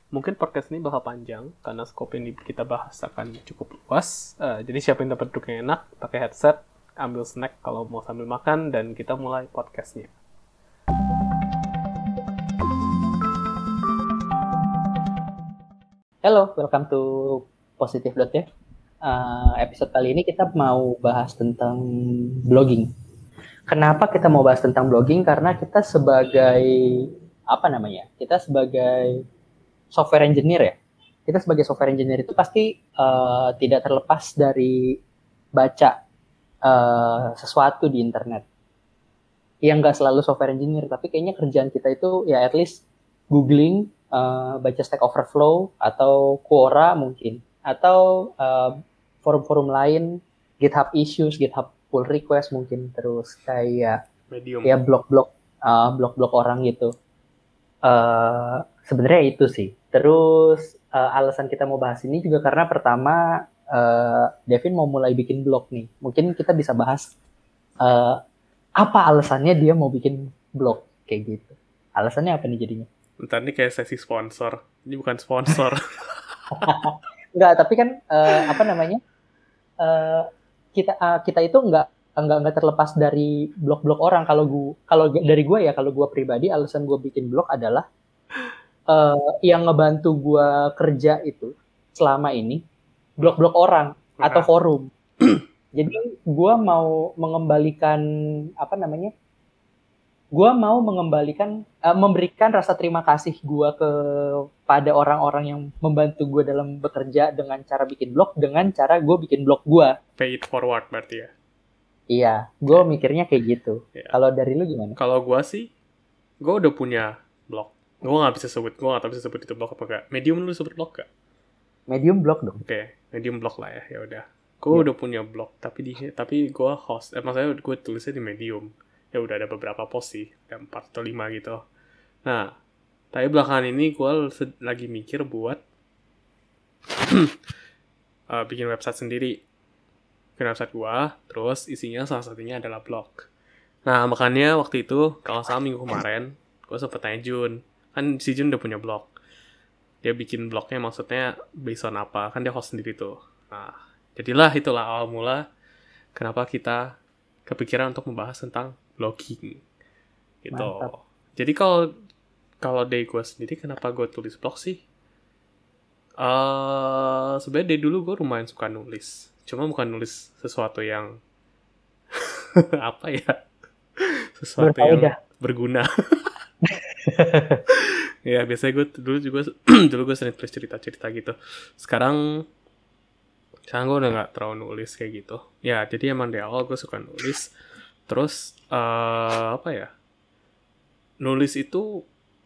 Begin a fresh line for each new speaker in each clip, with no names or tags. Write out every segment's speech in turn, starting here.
Mungkin podcast ini bakal panjang karena skop yang kita bahas akan cukup luas. Jadi siapin tempat duduk yang enak, pakai headset, ambil snack kalau mau sambil makan, dan kita mulai podcastnya.
Hello, welcome to Positive Dot ya. Episode kali ini kita mau bahas tentang blogging. Kenapa kita mau bahas tentang blogging? Karena kita sebagai Kita sebagai software engineer ya. Kita sebagai software engineer itu pasti tidak terlepas dari baca sesuatu di internet. Yang nggak selalu software engineer, tapi kayaknya kerjaan kita itu ya at least googling, baca Stack Overflow atau Quora mungkin, atau forum-forum lain, GitHub issues, GitHub pull request mungkin, terus kayak
Medium.
ya blog orang gitu. Sebenarnya itu sih. Terus alasan kita mau bahas ini juga karena pertama Devin mau mulai bikin blog nih. Mungkin kita bisa bahas apa alasannya dia mau bikin blog kayak gitu. Alasannya apa nih jadinya?
Ntar ini kayak sesi sponsor. Ini bukan sponsor.
Enggak, tapi kan kita itu enggak terlepas dari blog-blog orang. Kalau dari gue ya, kalau gue pribadi alasan gue bikin blog adalah yang ngebantu gue kerja itu selama ini blog-blog orang atau forum. Jadi gue mau mengembalikan memberikan rasa terima kasih gue kepada orang-orang yang membantu gue dalam bekerja dengan cara bikin blog, dengan cara gue bikin blog gue.
Pay it forward berarti ya?
Iya, gue mikirnya kayak gitu. Yeah. Kalau dari lu gimana?
Kalau gue sih, gue udah punya blog. Gue nggak bisa sebut itu blog apa enggak. Medium lu sebut blog gak?
Medium blog dong.
Oke, medium blog lah ya udah. Gue udah punya blog, tapi gue host. Maksudnya gue tulisnya di Medium. Ya udah ada beberapa post sih, ada 4 atau 5 gitu. Nah, tapi belakangan ini gue lagi mikir buat bikin website sendiri. Bikin website gue, terus isinya salah satunya adalah blog. Nah, makanya waktu itu, kalau salah minggu kemarin, gue sempet tanya Jun. Kan si Jun udah punya blog. Dia bikin blognya maksudnya based on apa. Kan dia host sendiri tuh. Nah, itulah awal mula kenapa kita kepikiran untuk membahas tentang blogging. Gitu.
Mantap.
Jadi kalau dari gue sendiri, kenapa gue tulis blog sih? Sebenarnya dari dulu gue lumayan suka nulis. Cuma bukan nulis sesuatu yang apa ya? Sesuatu yang berguna. Ya biasanya gue dulu gue sering tulis cerita gitu. Sekarang gue udah nggak terlalu nulis kayak gitu. Ya jadi emang dari awal gue suka nulis. Terus nulis itu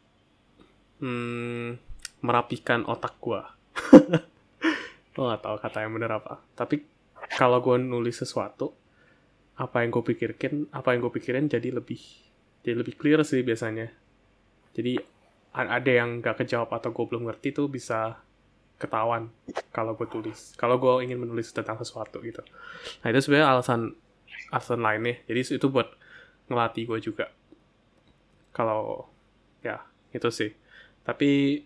merapikan otak gue. Gue nggak tahu kata yang benar apa. Tapi kalau gue nulis sesuatu, apa yang gue pikirin jadi lebih clear sih biasanya. Jadi ada yang nggak kejawab atau gue belum ngerti tuh bisa ketahuan kalau gue tulis. Kalau gue ingin menulis tentang sesuatu gitu. Nah itu sebenarnya alasan lainnya. Jadi itu buat ngelatih gue juga. Kalau ya itu sih. Tapi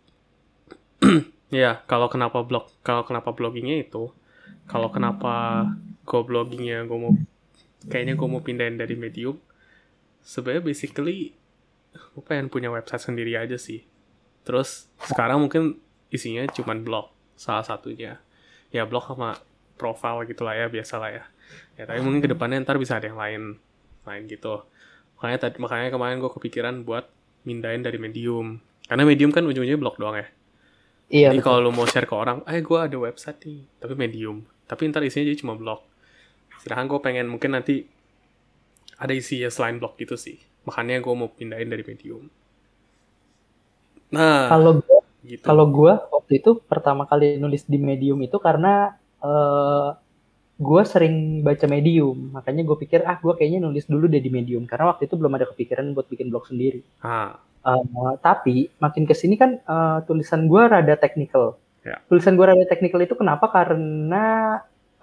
ya kalau kenapa bloggingnya itu, kalau kenapa gue bloggingnya kayaknya gue mau pindahin dari Medium. Sebenarnya basically gue pengen punya website sendiri aja sih. Terus sekarang mungkin isinya cuman blog salah satunya. Ya blog sama profile gitulah ya, biasalah ya. Ya tapi mungkin kedepannya ntar bisa ada yang lain gitu. Makanya kemarin gue kepikiran buat mindahin dari Medium. Karena Medium kan ujung-ujungnya blog doang ya.
Iya,
jadi kalau lu mau share ke orang, gue ada website nih, tapi Medium. Tapi ntar isinya jadi cuma blog. Sedangkan gue pengen mungkin nanti ada isinya selain blog gitu sih. Makanya gue mau pindahin dari Medium. Nah,
kalau gue waktu itu pertama kali nulis di Medium itu karena gue sering baca Medium. Makanya gue pikir gue kayaknya nulis dulu deh di Medium. Karena waktu itu belum ada kepikiran buat bikin blog sendiri. Tapi makin kesini kan tulisan gue rada technical.
Yeah.
Tulisan gue rada technical itu kenapa? Karena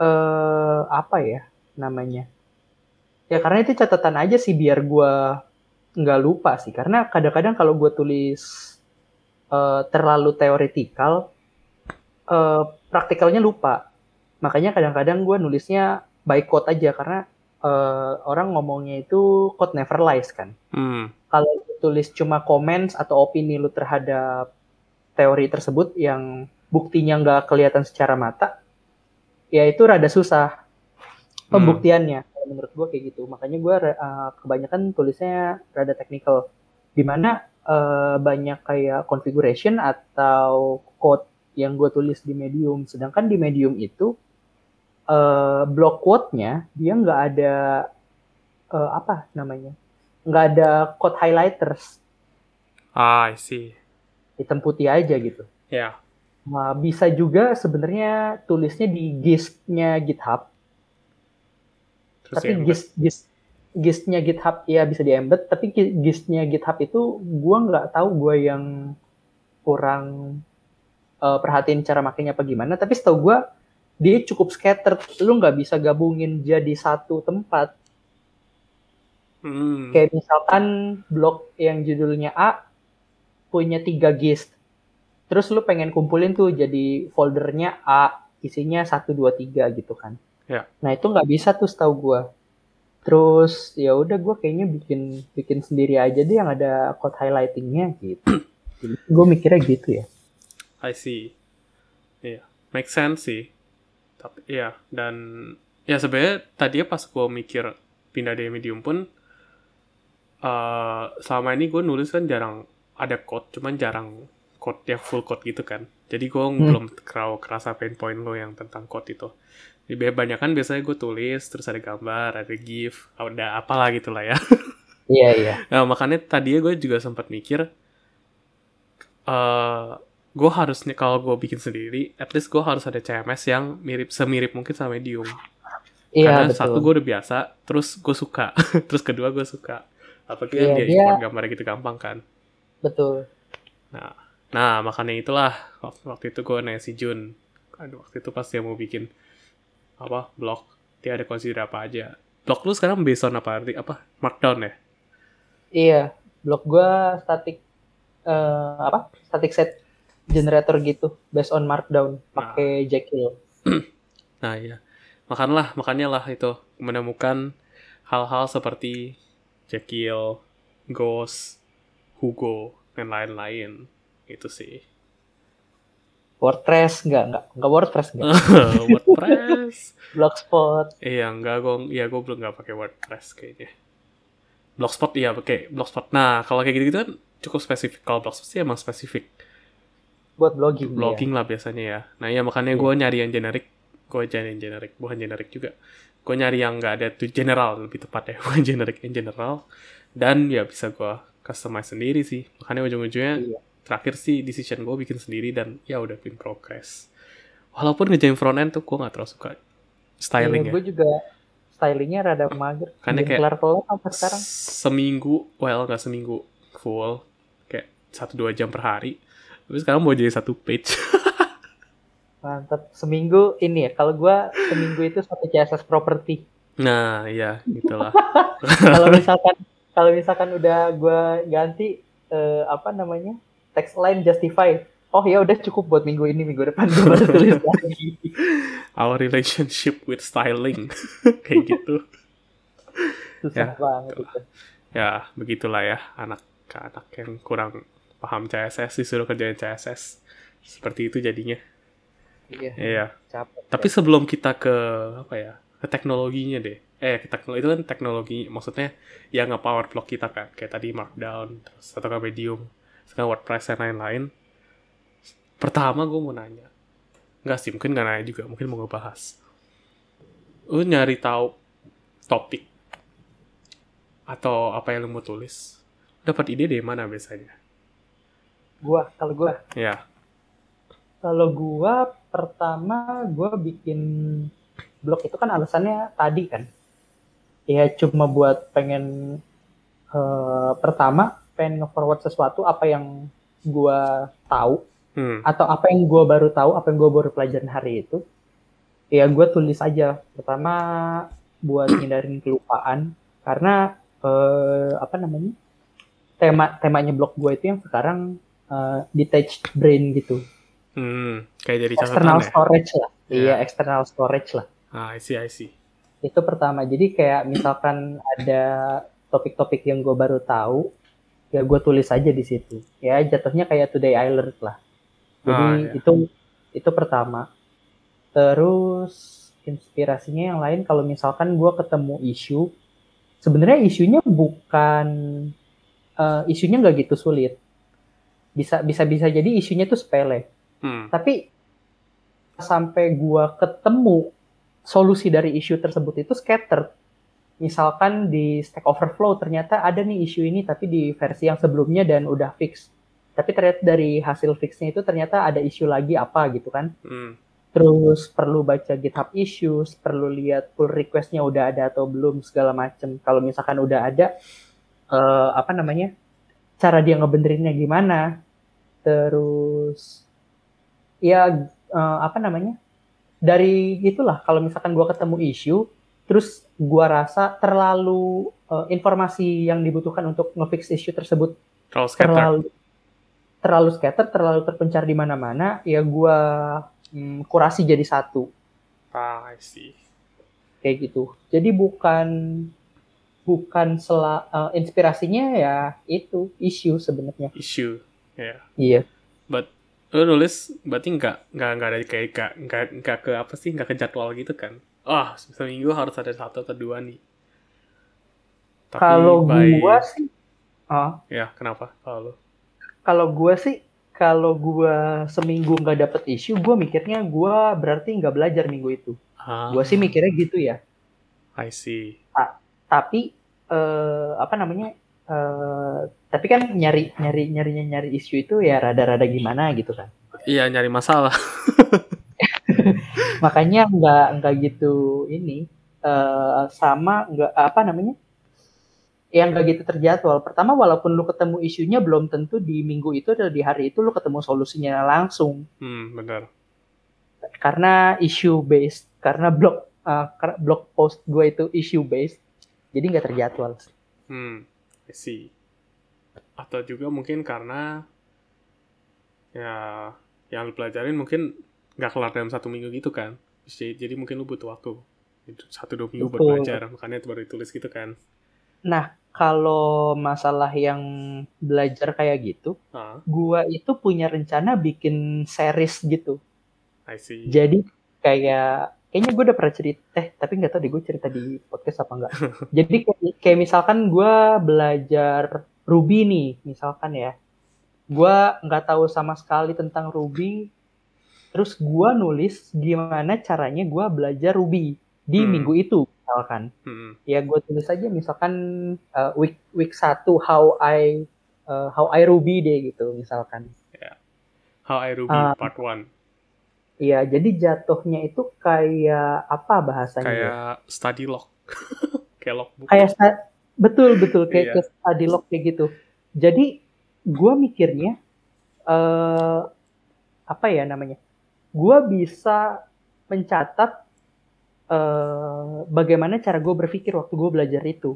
ya karena itu catatan aja sih biar gue nggak lupa sih. Karena kadang-kadang kalau gue tulis terlalu teoretikal, praktikalnya lupa. Makanya kadang-kadang gue nulisnya by quote aja karena orang ngomongnya itu quote never lies kan. Kalau tulis cuma comments atau opini lu terhadap teori tersebut yang buktinya nggak kelihatan secara mata, ya itu rada susah pembuktiannya. Menurut gue kayak gitu. Makanya gue kebanyakan tulisnya rada technical. Dimana banyak kayak configuration atau code yang gue tulis di Medium. Sedangkan di Medium itu block quote-nya dia nggak ada apa namanya, nggak ada code highlighters.
I see.
Hitam putih aja gitu.
Ya.
Nah, bisa juga sebenarnya tulisnya di gist-nya GitHub.
Terus
Tapi gist-nya GitHub ya bisa di embed, tapi gist-nya GitHub itu gue nggak tahu, gue yang kurang perhatiin cara makainya apa gimana. Tapi setahu gue dia cukup scattered, lu nggak bisa gabungin jadi satu tempat. Kayak misalkan blog yang judulnya A punya 3 gist, terus lu pengen kumpulin tuh jadi foldernya A, isinya 1, 2, 3 gitu kan.
Ya.
Nah itu nggak bisa tuh setahu gue. Terus ya udah gue kayaknya bikin sendiri aja deh yang ada code highlightingnya gitu. Gue mikirnya gitu ya.
I see. Iya, make sense sih. Tapi ya, dan ya sebenarnya tadinya pas gue mikir pindah dari Medium pun selama ini gue nulis kan jarang ada code, cuman jarang code yang full code gitu kan. Jadi gue belum terlalu kerasa pain point lo yang tentang code itu. Jadi banyak kan biasanya gue tulis, terus ada gambar, ada GIF, ada apalah gitu lah ya.
Iya.
Nah makanya tadinya gue juga sempat mikir, gue harusnya kalau gue bikin sendiri, at least gue harus ada CMS yang semirip mungkin sama Medium.
Iya,
Karena
betul.
satu gue udah biasa, terus gue suka, terus kedua gue suka. Apalagi kan dia import gambarnya gitu gampang kan.
Betul.
Nah makanya itulah waktu itu gue nanya si Jun. Waktu itu pas dia mau bikin blog, dia ada consider apa aja. Blog lu sekarang based on apa? Markdown ya?
Iya, blog gue static set generator gitu, based on Markdown, pakai Jekyll.
Nah iya, makanya lah itu menemukan hal-hal seperti Jekyll, Ghost, Hugo, dan lain-lain. Itu sih.
WordPress enggak WordPress enggak.
WordPress.
Blogspot.
Iya, gue belum nggak pakai WordPress kayaknya. Blogspot iya pakai Blogspot. Nah, kalau kayak gitu kan cukup spesifik. Kalau Blogspot sih emang spesifik.
Buat blogging
ya. Lah biasanya ya. Nah, ya makanya gue nyari yang generik. Bukan generik juga. Gue nyari yang nggak ada tuh general lebih tepat ya. Bukan generik, yang general. Dan ya bisa gue customize sendiri sih. Makanya ujung-ujungnya terakhir sih decision gue bikin sendiri dan ya udah in progress. Walaupun ngerjain front end tuh gue nggak terlalu suka stylingnya.
Gue juga stylingnya rada mager.
Karena kayak
kelar sampai sekarang.
Seminggu, nggak seminggu full, kayak 1-2 jam per hari. Tapi sekarang mau jadi 1 page.
Mantap. Seminggu ini ya. Kalau gue seminggu itu 1 CSS property.
Nah, iya, gitulah.
Kalau misalkan udah gue ganti text line justify. Oh ya udah cukup buat minggu ini, minggu depan gue baru tulis lagi.
Our relationship with styling kayak gitu.
Susah banget itu.
Ya, begitulah ya anak-anak yang kurang paham CSS disuruh kerjain CSS. Seperti itu jadinya. Iya.
Capek.
Tapi sebelum kita ke ke teknologinya deh. Itu kan teknologi, maksudnya yang nge-power blog kita kan, kayak tadi Markdown, terus atau Medium, sekarang WordPress dan lain-lain. Pertama gue mau nanya. Enggak sih, mungkin nggak nanya juga, mungkin mau ngebahas. Lu nyari tahu topik atau apa yang lu mau tulis, dapat ide dari mana biasanya?
Kalau gue.
Ya.
Kalau gue pertama gue bikin blog itu kan alasannya tadi kan. Ya cuma buat pengen pertama pengen nge-forward sesuatu apa yang gue tahu atau apa yang gue baru tahu, apa yang gue baru pelajarin hari itu. Ya gue tulis aja. Pertama buat hindarin kelupaan karena temanya blog gue itu yang sekarang detached brain gitu.
Kayak jadi
External
catatan ya?
storage lah. Iya,
Ya.
external storage lah.
I see.
Itu pertama. Jadi kayak misalkan ada topik-topik yang gue baru tahu, ya gue tulis aja di situ. Ya jatuhnya kayak today I learned lah. Jadi
Ya.
itu pertama. Terus inspirasinya yang lain kalau misalkan gue ketemu isu, sebenarnya isunya bukan isunya nggak gitu sulit. Bisa jadi isunya tuh sepele. Tapi sampai gue ketemu solusi dari isu tersebut itu scattered. Misalkan di Stack Overflow ternyata ada nih isu ini tapi di versi yang sebelumnya dan udah fix. Tapi ternyata dari hasil fixnya itu ternyata ada isu lagi apa gitu kan. Terus perlu baca GitHub issues, perlu lihat pull request-nya udah ada atau belum segala macem. Kalau misalkan udah ada, cara dia ngebenerinnya gimana. Terus ya dari itulah kalau misalkan gue ketemu isu, terus gue rasa terlalu informasi yang dibutuhkan untuk nge-fix isu tersebut terlalu scatter, terlalu terpencar di mana-mana, ya gue kurasi jadi satu.
I see.
Kayak gitu. Jadi bukan inspirasinya ya itu isu sebenarnya.
Issue, ya. Yeah.
Iya.
But lu nulis berarti nggak ada kayak nggak ke apa sih, nggak ke jadwal gitu kan? Seminggu harus ada 1 atau 2 nih. Tapi
kalau gua sih,
ya kenapa kalau lu?
Kalau gua seminggu nggak dapet isu, gua mikirnya gua berarti nggak belajar minggu itu. Gua sih mikirnya gitu ya.
I see.
Tapi tapi kan nyari isu itu ya rada-rada gimana gitu kan.
Iya, nyari masalah.
Makanya nggak gitu ini sama nggak yang nggak gitu terjadwal. Pertama, walaupun lu ketemu isunya belum tentu di minggu itu atau di hari itu lu ketemu solusinya langsung.
Benar.
Karena issue based, karena blog post gue itu issue based, jadi nggak terjadwal.
I see. Atau juga mungkin karena ya yang lu pelajarin mungkin nggak kelar dalam 1 minggu gitu kan. Jadi mungkin lu butuh waktu 1-2 minggu buat belajar, makanya baru ditulis gitu kan.
Nah, kalau masalah yang belajar kayak gitu, gua itu punya rencana bikin series gitu.
I see.
Jadi kayaknya gue udah pernah cerita, tapi nggak tahu deh gue cerita di podcast apa enggak. Jadi kayak misalkan gue belajar Ruby nih, misalkan ya. Gue nggak tahu sama sekali tentang Ruby, terus gue nulis gimana caranya gue belajar Ruby di minggu itu, misalkan. Ya gue tulis aja misalkan week 1 how I Ruby deh gitu, misalkan.
How I Ruby part 1.
Iya, jadi jatuhnya itu kayak apa bahasanya?
Kayak study log. Kayak logbook.
Betul, kayak study log kayak gitu. Jadi gue mikirnya gue bisa mencatat bagaimana cara gue berpikir waktu gue belajar itu.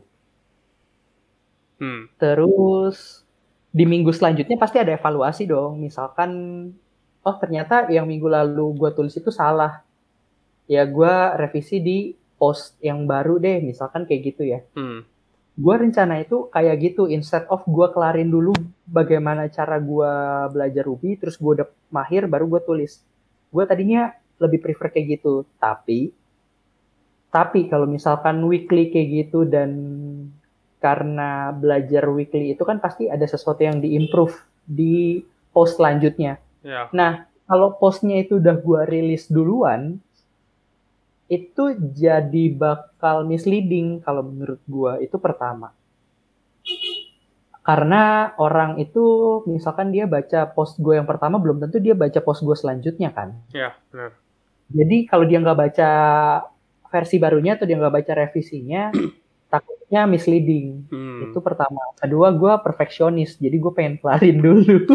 Terus di minggu selanjutnya pasti ada evaluasi dong. Misalkan ternyata yang minggu lalu gue tulis itu salah. Ya gue revisi di post yang baru deh, misalkan kayak gitu ya. Gue rencana itu kayak gitu, instead of gue kelarin dulu bagaimana cara gue belajar Ruby, terus gue udah mahir, baru gue tulis. Gue tadinya lebih prefer kayak gitu, tapi kalau misalkan weekly kayak gitu dan karena belajar weekly itu kan pasti ada sesuatu yang diimprove di post selanjutnya.
Yeah.
Nah, kalau postnya itu udah gue rilis duluan, itu jadi bakal misleading kalau menurut gue, itu pertama. Karena orang itu misalkan dia baca post gue yang pertama belum tentu dia baca post gue selanjutnya kan.
Iya, benar.
Jadi kalau dia nggak baca versi barunya atau dia nggak baca revisinya, takutnya misleading. Itu pertama. Kedua, gue perfeksionis, jadi gue pengen kelarin dulu.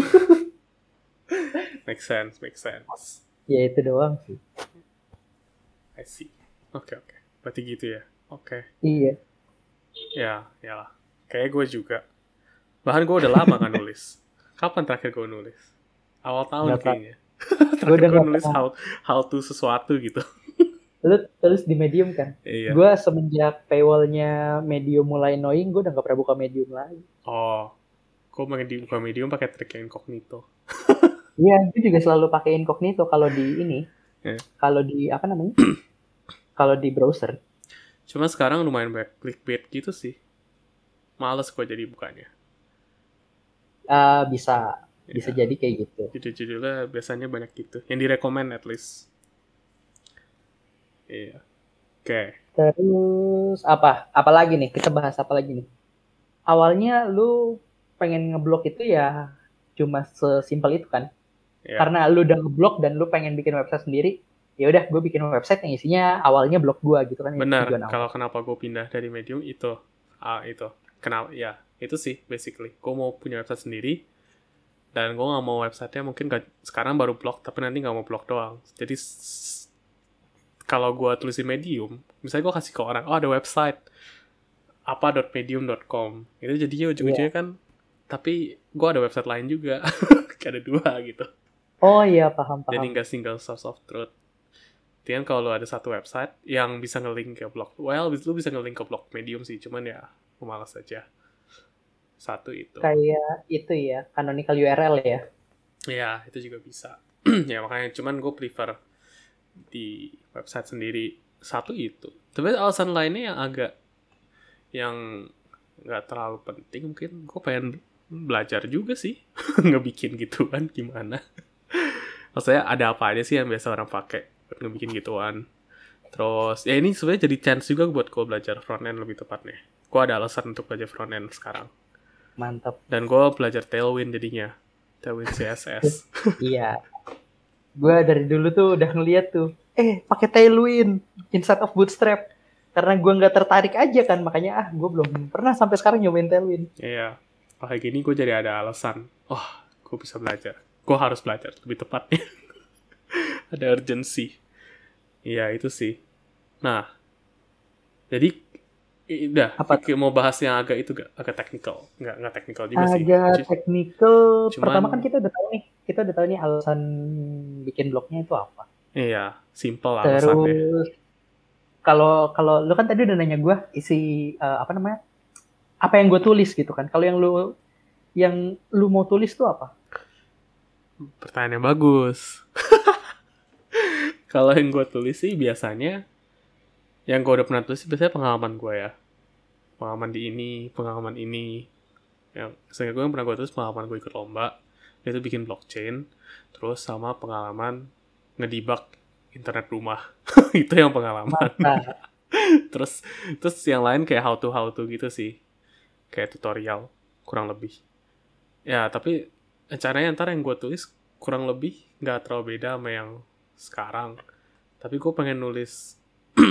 Make sense.
Ya itu doang sih.
I see. Oke. Berarti gitu ya. Oke.
Iya.
Ya lah. Kayak gue juga. Bahkan gue udah lama kan nulis. Kapan terakhir gue nulis? Awal tahun
Nggak tahu.
kayaknya.
Gue
Terakhir
udah
gue
nggak
nulis
pernah.
how to sesuatu gitu.
Lu tulis di Medium kan?
Iya.
Gue semenjak paywallnya Medium mulai annoying, gue udah gak pernah buka Medium lagi.
Oh, gue pengen dibuka Medium pakai trik yang incognito.
Iya, gue juga selalu pakai incognito kalau di ini,
Ya.
kalau di apa namanya? Kalau di browser.
Cuma sekarang lumayan banyak clickbait gitu sih. Males gue jadi bukanya.
Bisa
Ya.
jadi kayak gitu.
Judul-judulnya biasanya banyak gitu. Yang direkomend at least. Iya. Oke.
Terus apa lagi nih? Kita bahas apa lagi nih? Awalnya lu pengen ngeblok itu ya cuma sesimpel itu kan?
Ya.
Karena lu udah ngeblok dan lu pengen bikin website sendiri, ya udah gue bikin website yang isinya awalnya blog gue gitu kan.
Benar.
Tujuan awal.
Kalau kenapa gue pindah dari Medium itu. Itu. Kenapa? Ya. Itu sih basically. Gue mau punya website sendiri. Dan gue gak mau websitenya mungkin sekarang baru blog. Tapi nanti gak mau blog doang. Jadi kalau gue tulisin Medium. Misalnya gue kasih ke orang. Oh ada website. apa.medium.com. Itu jadinya ujung-ujungnya kan. Tapi gue ada website lain juga. Ada 2 gitu.
Oh iya, paham.
Jadi nggak single source of truth. Jadi kan kalau lu ada satu website yang bisa nge-link ke blog. Well, lu bisa nge-link ke blog Medium sih. Cuman ya, gue malas aja. Satu itu.
Kayak itu ya, canonical URL ya.
Ya, itu juga bisa. Ya, makanya cuman gue prefer di website sendiri. Satu itu. Tapi alasan lainnya yang nggak terlalu penting. Mungkin gue pengen belajar juga sih. Ngebikin gituan gimana. Maksudnya ada apa aja sih yang biasa orang pakai buat ngebikin gituan. Terus, ya ini sebenarnya jadi chance juga buat gue belajar front-end lebih tepatnya. Gue ada alasan untuk belajar front-end sekarang.
Mantap.
Dan gue belajar Tailwind jadinya. Tailwind CSS.
Iya. Gue dari dulu tuh udah ngeliat tuh, pakai Tailwind instead of Bootstrap. Karena gue nggak tertarik aja kan, makanya gue belum pernah sampai sekarang nyobain Tailwind.
Iya. Kayak gini gue jadi ada alasan. Oh, gue bisa belajar. Gue harus belajar, lebih tepatnya. Ada urgency. Iya, itu sih. Nah, jadi udah mau bahas yang agak technical. Nggak technical juga sih.
Agak technical.
Cuman,
pertama kan kita udah tahu nih alasan bikin blognya itu apa.
Iya, simple alasannya.
Terus kalau lu kan tadi udah nanya gue isi apa yang gue tulis gitu kan. Kalau yang lu mau tulis tuh apa?
Pertanyaan yang bagus. Kalau yang gue tulis sih biasanya, yang gue udah pernah tulis biasanya pengalaman gue ya. Pengalaman ini. Yang sehingga gue yang pernah gue tulis pengalaman gue ikut lomba, itu bikin blockchain, terus sama pengalaman ngedebug internet rumah. Itu yang pengalaman. terus yang lain kayak how to gitu sih. Kayak tutorial, kurang lebih. Ya, tapi caranya ntar yang gue tulis kurang lebih nggak terlalu beda sama yang sekarang. Tapi gue pengen nulis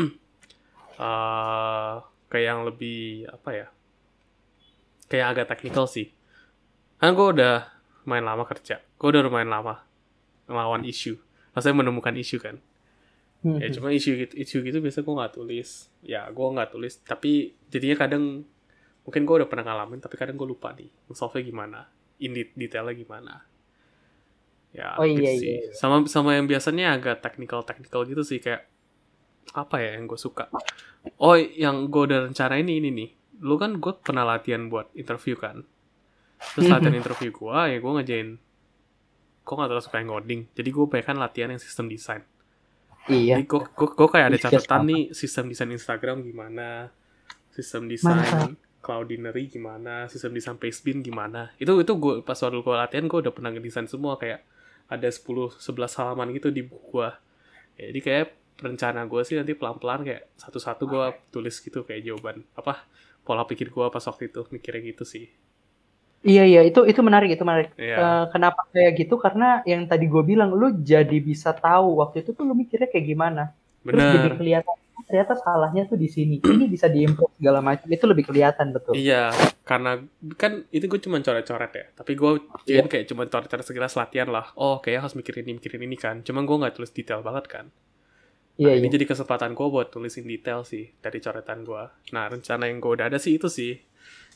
kayak yang lebih kayak agak teknikal sih. Kan gue udah lumayan lama kerja. Gue udah lumayan lama melawan isu. Maksudnya menemukan isu kan. Ya cuma isu gitu biasa gue nggak tulis. Ya gue nggak tulis. Tapi jadinya kadang mungkin gue udah pernah ngalamin. Tapi kadang gue lupa nih. Solve-nya gimana. Detailnya gimana. Ya gitu sih. Sama yang biasanya agak technical gitu sih. Kayak apa ya yang gue suka. Oh yang gue udah rencana ini nih. Lu kan gue pernah latihan buat interview kan. Terus latihan interview gue ya gue ngerjain. Gue gak terlalu suka yang ngoding. Jadi gue pengen latihan yang sistem desain.
Iya.
Jadi gue kayak ada catatan nih. Sistem desain Instagram gimana. Sistem desain Cloudinary gimana. Sistem desain Pastebin gimana. Itu gue pas waktu gue latihan gue udah pernah ngedesain semua. Kayak ada 10-11 halaman gitu di buku gue. Ya, jadi kayak rencana gue sih nanti pelan-pelan kayak satu-satu gue tulis gitu kayak jawaban. Pola pikir gue pas waktu itu. Mikirnya gitu sih.
Iya, itu menarik.
Yeah.
Kenapa kayak gitu? Karena yang tadi gue bilang, lu jadi bisa tahu waktu itu tuh lu mikirnya kayak gimana. Terus jadi kelihatan, ternyata salahnya tuh di sini. Ini bisa diimprove segala macam. Itu lebih kelihatan betul.
Iya, karena kan itu gue cuma coret-coret ya. Tapi gue kayak cuma coret-coret segelas latihan lah. Oh, kayak harus mikirin ini kan. Cuma gue nggak tulis detail banget kan. Nah, ini jadi kesempatan gue buat tulisin detail sih dari coretan gue. Nah, rencana yang gue udah ada sih itu sih.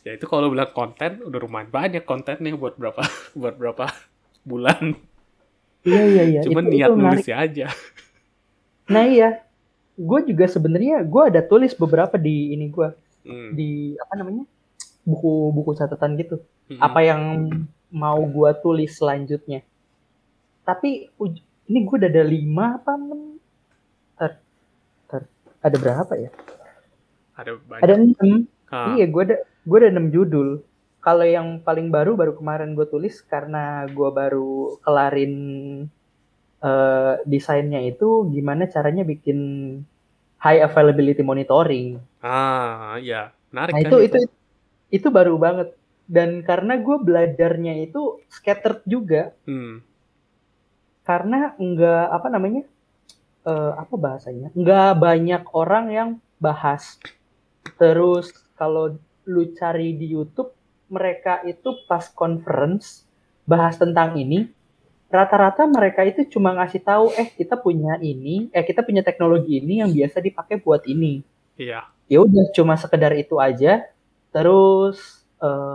Ya itu kalau bilang konten, udah lumayan banyak kontennya buat berapa buat berapa bulan.
Iya.
Cuman
Itu
niat
menarik.
nulisnya aja.
Nah iya, gue juga sebenarnya gue ada tulis beberapa di ini gue
Hmm.
di apa namanya buku-buku catatan gitu.
Mm-mm.
Apa yang mau gue tulis selanjutnya. Tapi ini gue udah ada 5 apa 6? Ntar, ntar. Ada berapa ya?
Ada
Ada
banyak.
6.
Ah,
Iya, gue ada 6 judul. Kalau yang paling baru kemarin gue tulis karena gue baru kelarin desainnya itu gimana caranya bikin high availability monitoring.
ya menarik
Nah
kan itu.
itu baru banget. Dan karena gue belajarnya itu scattered juga,
Hmm.
karena nggak apa namanya apa bahasanya, nggak banyak orang yang bahas. Terus kalau lu cari di YouTube, mereka itu pas conference bahas tentang ini, rata-rata mereka itu cuma ngasih tahu, kita punya teknologi ini yang biasa dipakai buat ini.
Iya.
Ya udah cuma sekedar itu aja. Terus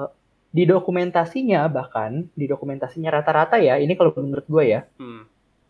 di dokumentasinya rata-rata ya, ini kalau menurut gue ya,
Hmm.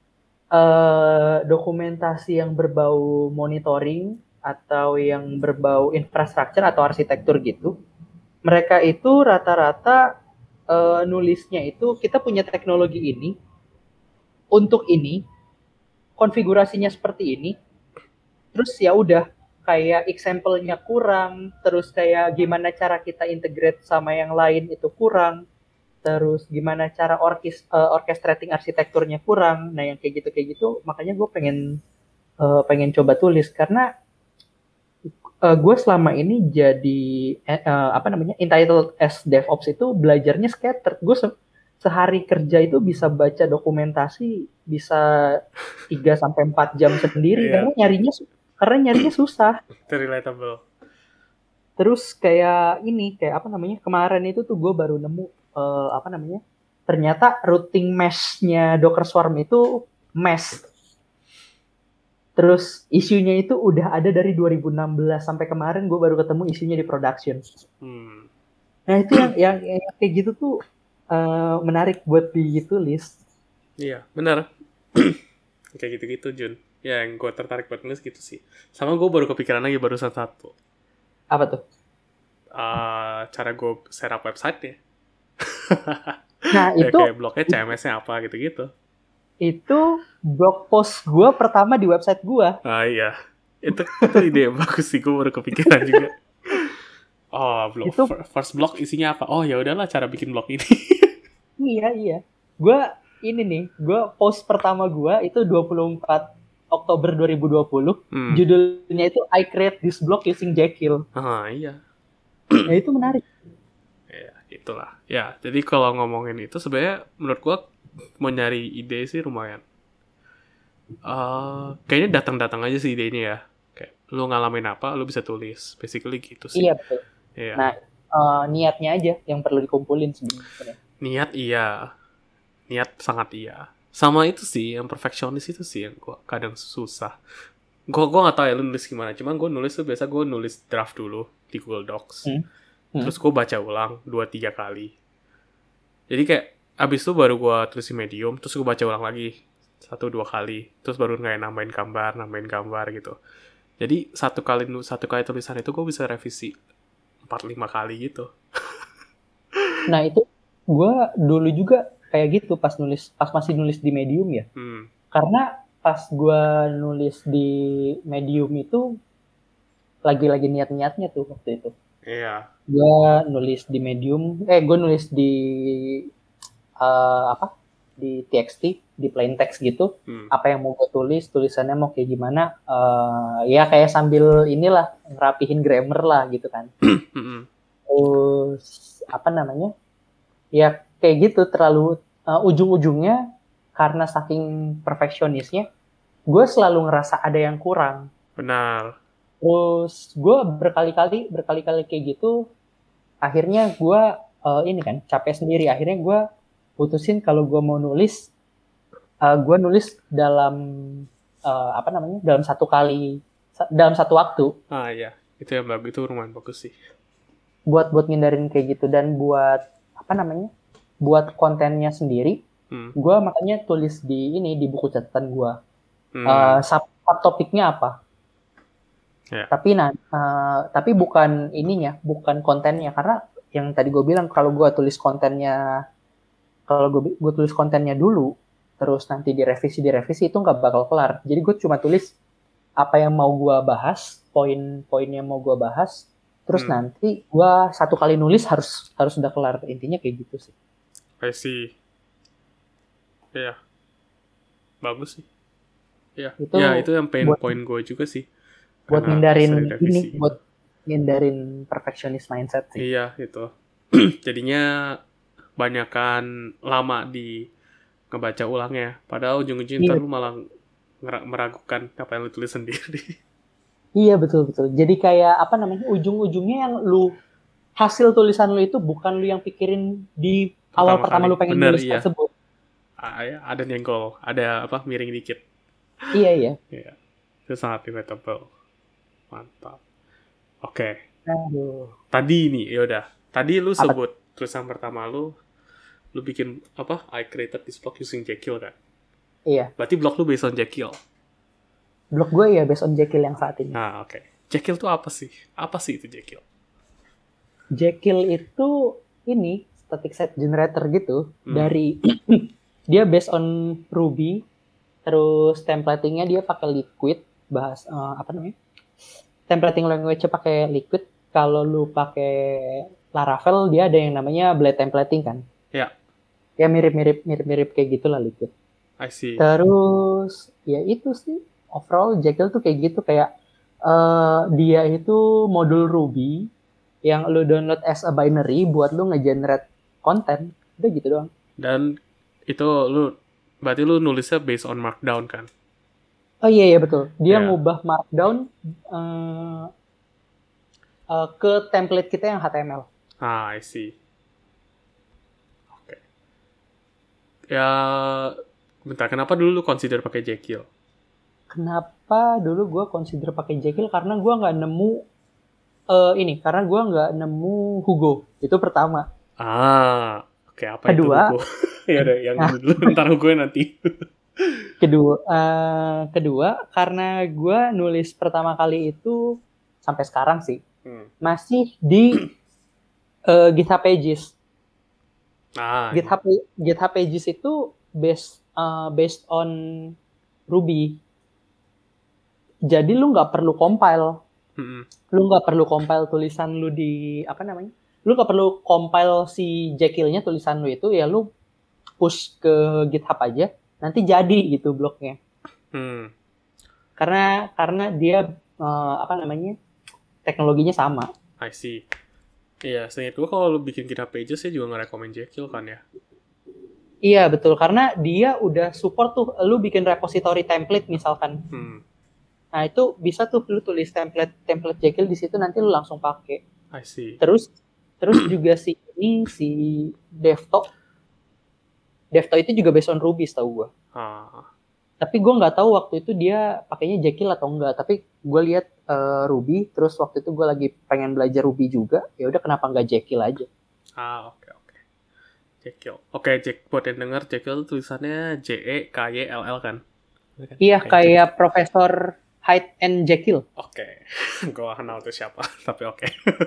dokumentasi yang berbau monitoring atau yang berbau infrastruktur atau arsitektur gitu, mereka itu rata-rata nulisnya itu kita punya teknologi ini untuk ini, konfigurasinya seperti ini, terus ya udah kayak example-nya kurang, terus kayak gimana cara kita integrate sama yang lain itu kurang, terus gimana cara orchestrating arsitekturnya kurang. Nah yang kayak gitu makanya gue pengen coba tulis karena gue selama ini jadi apa namanya entitled as DevOps itu belajarnya scattered. Gue sehari kerja itu bisa baca dokumentasi bisa 3 sampai 4 jam sendiri
Iya,
karena nyarinya susah.
itu relatable.
Terus kayak apa namanya, kemarin itu tuh gue baru nemu apa namanya, ternyata routing mesh-nya Docker Swarm itu mesh. Terus isunya itu udah ada dari 2016 sampai kemarin gue baru ketemu isunya di production.
Hmm.
Nah itu yang kayak gitu tuh menarik buat ditulis.
Iya, benar. Kayak gitu-gitu, Jun. Ya, yang gue tertarik buat nulis gitu sih. Sama gue baru kepikiran lagi barusan satu.
Apa tuh?
Cara gue setup website ya.
Nah
Ya kayak blognya CMS-nya apa gitu-gitu.
itu blog post gue pertama di website gue.
Iya. Itu ide yang bagus sih, gue baru kepikiran juga. Oh, blog
Itu
first blog isinya apa? Oh, ya udahlah cara bikin blog ini.
iya. Gue post pertama gue itu 24 Oktober 2020.
Hmm.
Judulnya itu I create this blog using Jekyll.
Iya.
Nah itu menarik.
Ya, itulah. Ya, jadi kalau ngomongin itu sebenarnya menurut gua mau nyari ide sih lumayan. Kayaknya datang-datang aja sih idenya ya. Kayak lu ngalamin apa, lu bisa tulis. Basically gitu sih.
Iya betul.
Iya.
Nah niatnya aja yang perlu dikumpulin sebenarnya.
Niat iya. Niat sangat iya. Sama itu sih, yang perfeksionis itu sih yang gua kadang susah. Gua nggak tahu ya lu nulis gimana. Cuman gua nulis tuh biasa gua nulis draft dulu di Google Docs. Terus gue baca ulang 2-3 kali. Jadi kayak abis itu baru gue tulis di Medium, terus gue baca ulang lagi 1-2 kali. Terus baru kayak nambahin gambar gitu. Jadi satu kali tulisan itu gue bisa revisi 4-5 kali gitu.
Nah itu gue dulu juga kayak gitu pas masih nulis di Medium ya. Karena pas gue nulis di Medium itu lagi niat-niatnya tuh waktu itu.
Iya.
Gue nulis di Medium, gue nulis di di TXT, di plain text gitu. Apa yang mau gue tulisannya mau kayak gimana, ya kayak sambil inilah ngerapihin grammar lah gitu kan. Terus apa namanya, ya kayak gitu terlalu ujung-ujungnya karena saking perfeksionisnya gue selalu ngerasa ada yang kurang.
Benar.
Terus gue berkali-kali kayak gitu, akhirnya gue ini kan capek sendiri. Akhirnya gue putusin kalau gue mau nulis, gue nulis dalam dalam satu waktu.
Iya, itu yang bagus, itu lumayan bagus sih.
buat ngindarin kayak gitu, dan buat apa namanya, buat kontennya sendiri, gue makanya tulis di buku catatan gue. Subtopiknya apa?
Yeah.
Tapi bukan bukan kontennya, karena yang tadi gue bilang, kalau gue tulis kontennya dulu, terus nanti direvisi itu nggak bakal kelar. Jadi gue cuma tulis apa yang mau gue bahas, poin-poin yang mau gue bahas, terus nanti gue satu kali nulis harus udah kelar. Intinya kayak gitu sih.
I see. Iya. Bagus sih. Iya. Itu yang poin gue juga sih.
Buat ngindarin perfectionist mindset sih.
Iya, itu. Jadinya banyakan lama di ngebaca ulangnya. Padahal ujung-ujungnya ntar lu malah meragukan apa yang lu tulis sendiri.
Iya, betul. Jadi kayak apa namanya, ujung-ujungnya yang lu, hasil tulisan lu itu bukan lu yang pikirin di awal pertama lu pengen nulis tersebut.
Ada nyenggol, ada miring dikit.
Iya.
Itu sangat relatable. Mantap. Oke.
Aduh.
Tadi nih, yaudah. Tadi lu sebut tulisan pertama lu bikin I created this blog using Jekyll kan?
Iya.
Berarti blog lu based on Jekyll?
Blog gue ya based on Jekyll yang saat ini.
Nah, oke. Jekyll itu apa sih? Apa sih itu Jekyll?
Jekyll itu static site generator gitu. Dari dia based on Ruby, terus templatingnya dia pakai Liquid, templating language-nya pakai Liquid. Kalau lu pakai Laravel, dia ada yang namanya Blade templating kan?
Ya.
Ya mirip kayak gitulah Liquid.
I see.
Terus ya itu sih, overall Jekyll tuh kayak gitu, kayak dia itu modul Ruby yang lu download as a binary buat lu nge-generate konten. Udah gitu doang.
Dan itu berarti lu nulisnya based on Markdown kan?
Oh iya betul. Dia ngubah Markdown ke template kita yang HTML.
I see. Oke. Ya, bentar, kenapa dulu lu consider pakai Jekyll?
Kenapa dulu gue consider pakai Jekyll? Karena gue nggak nemu karena gue nggak nemu Hugo. Itu pertama.
Oke. Apa
kedua,
itu Hugo? Ya udah, yang dulu ntar Hugo nanti.
Kedua, karena gue nulis pertama kali itu sampai sekarang sih masih di GitHub Pages. GitHub Pages itu based on Ruby. Jadi lu nggak perlu compile. Lu nggak perlu compile tulisan lu di lu nggak perlu compile si Jekyll-nya, tulisan lu itu ya lu push ke GitHub aja, nanti jadi gitu blognya. Karena dia teknologinya sama.
I see. Iya, seingat gue kalau lu bikin GitHub Pages ya juga nge-recommend Jekyll kan ya?
Iya betul, karena dia udah support tuh lu bikin repository template misalkan. Nah itu bisa tuh lu tulis template Jekyll di situ, nanti lu langsung pakai.
I see.
Terus juga si Devto itu juga based on Ruby setahu gue. Tapi gue nggak tahu waktu itu dia pakainya Jekyll atau enggak. Tapi gue lihat Ruby, terus waktu itu gue lagi pengen belajar Ruby juga. Ya udah, kenapa nggak Jekyll aja?
Oke. Jekyll. Oke, buat yang denger, Jekyll tulisannya Jekyll kan?
Iya, kayak Profesor Hyde and Jekyll.
Oke. Gue gak kenal tuh siapa, tapi oke.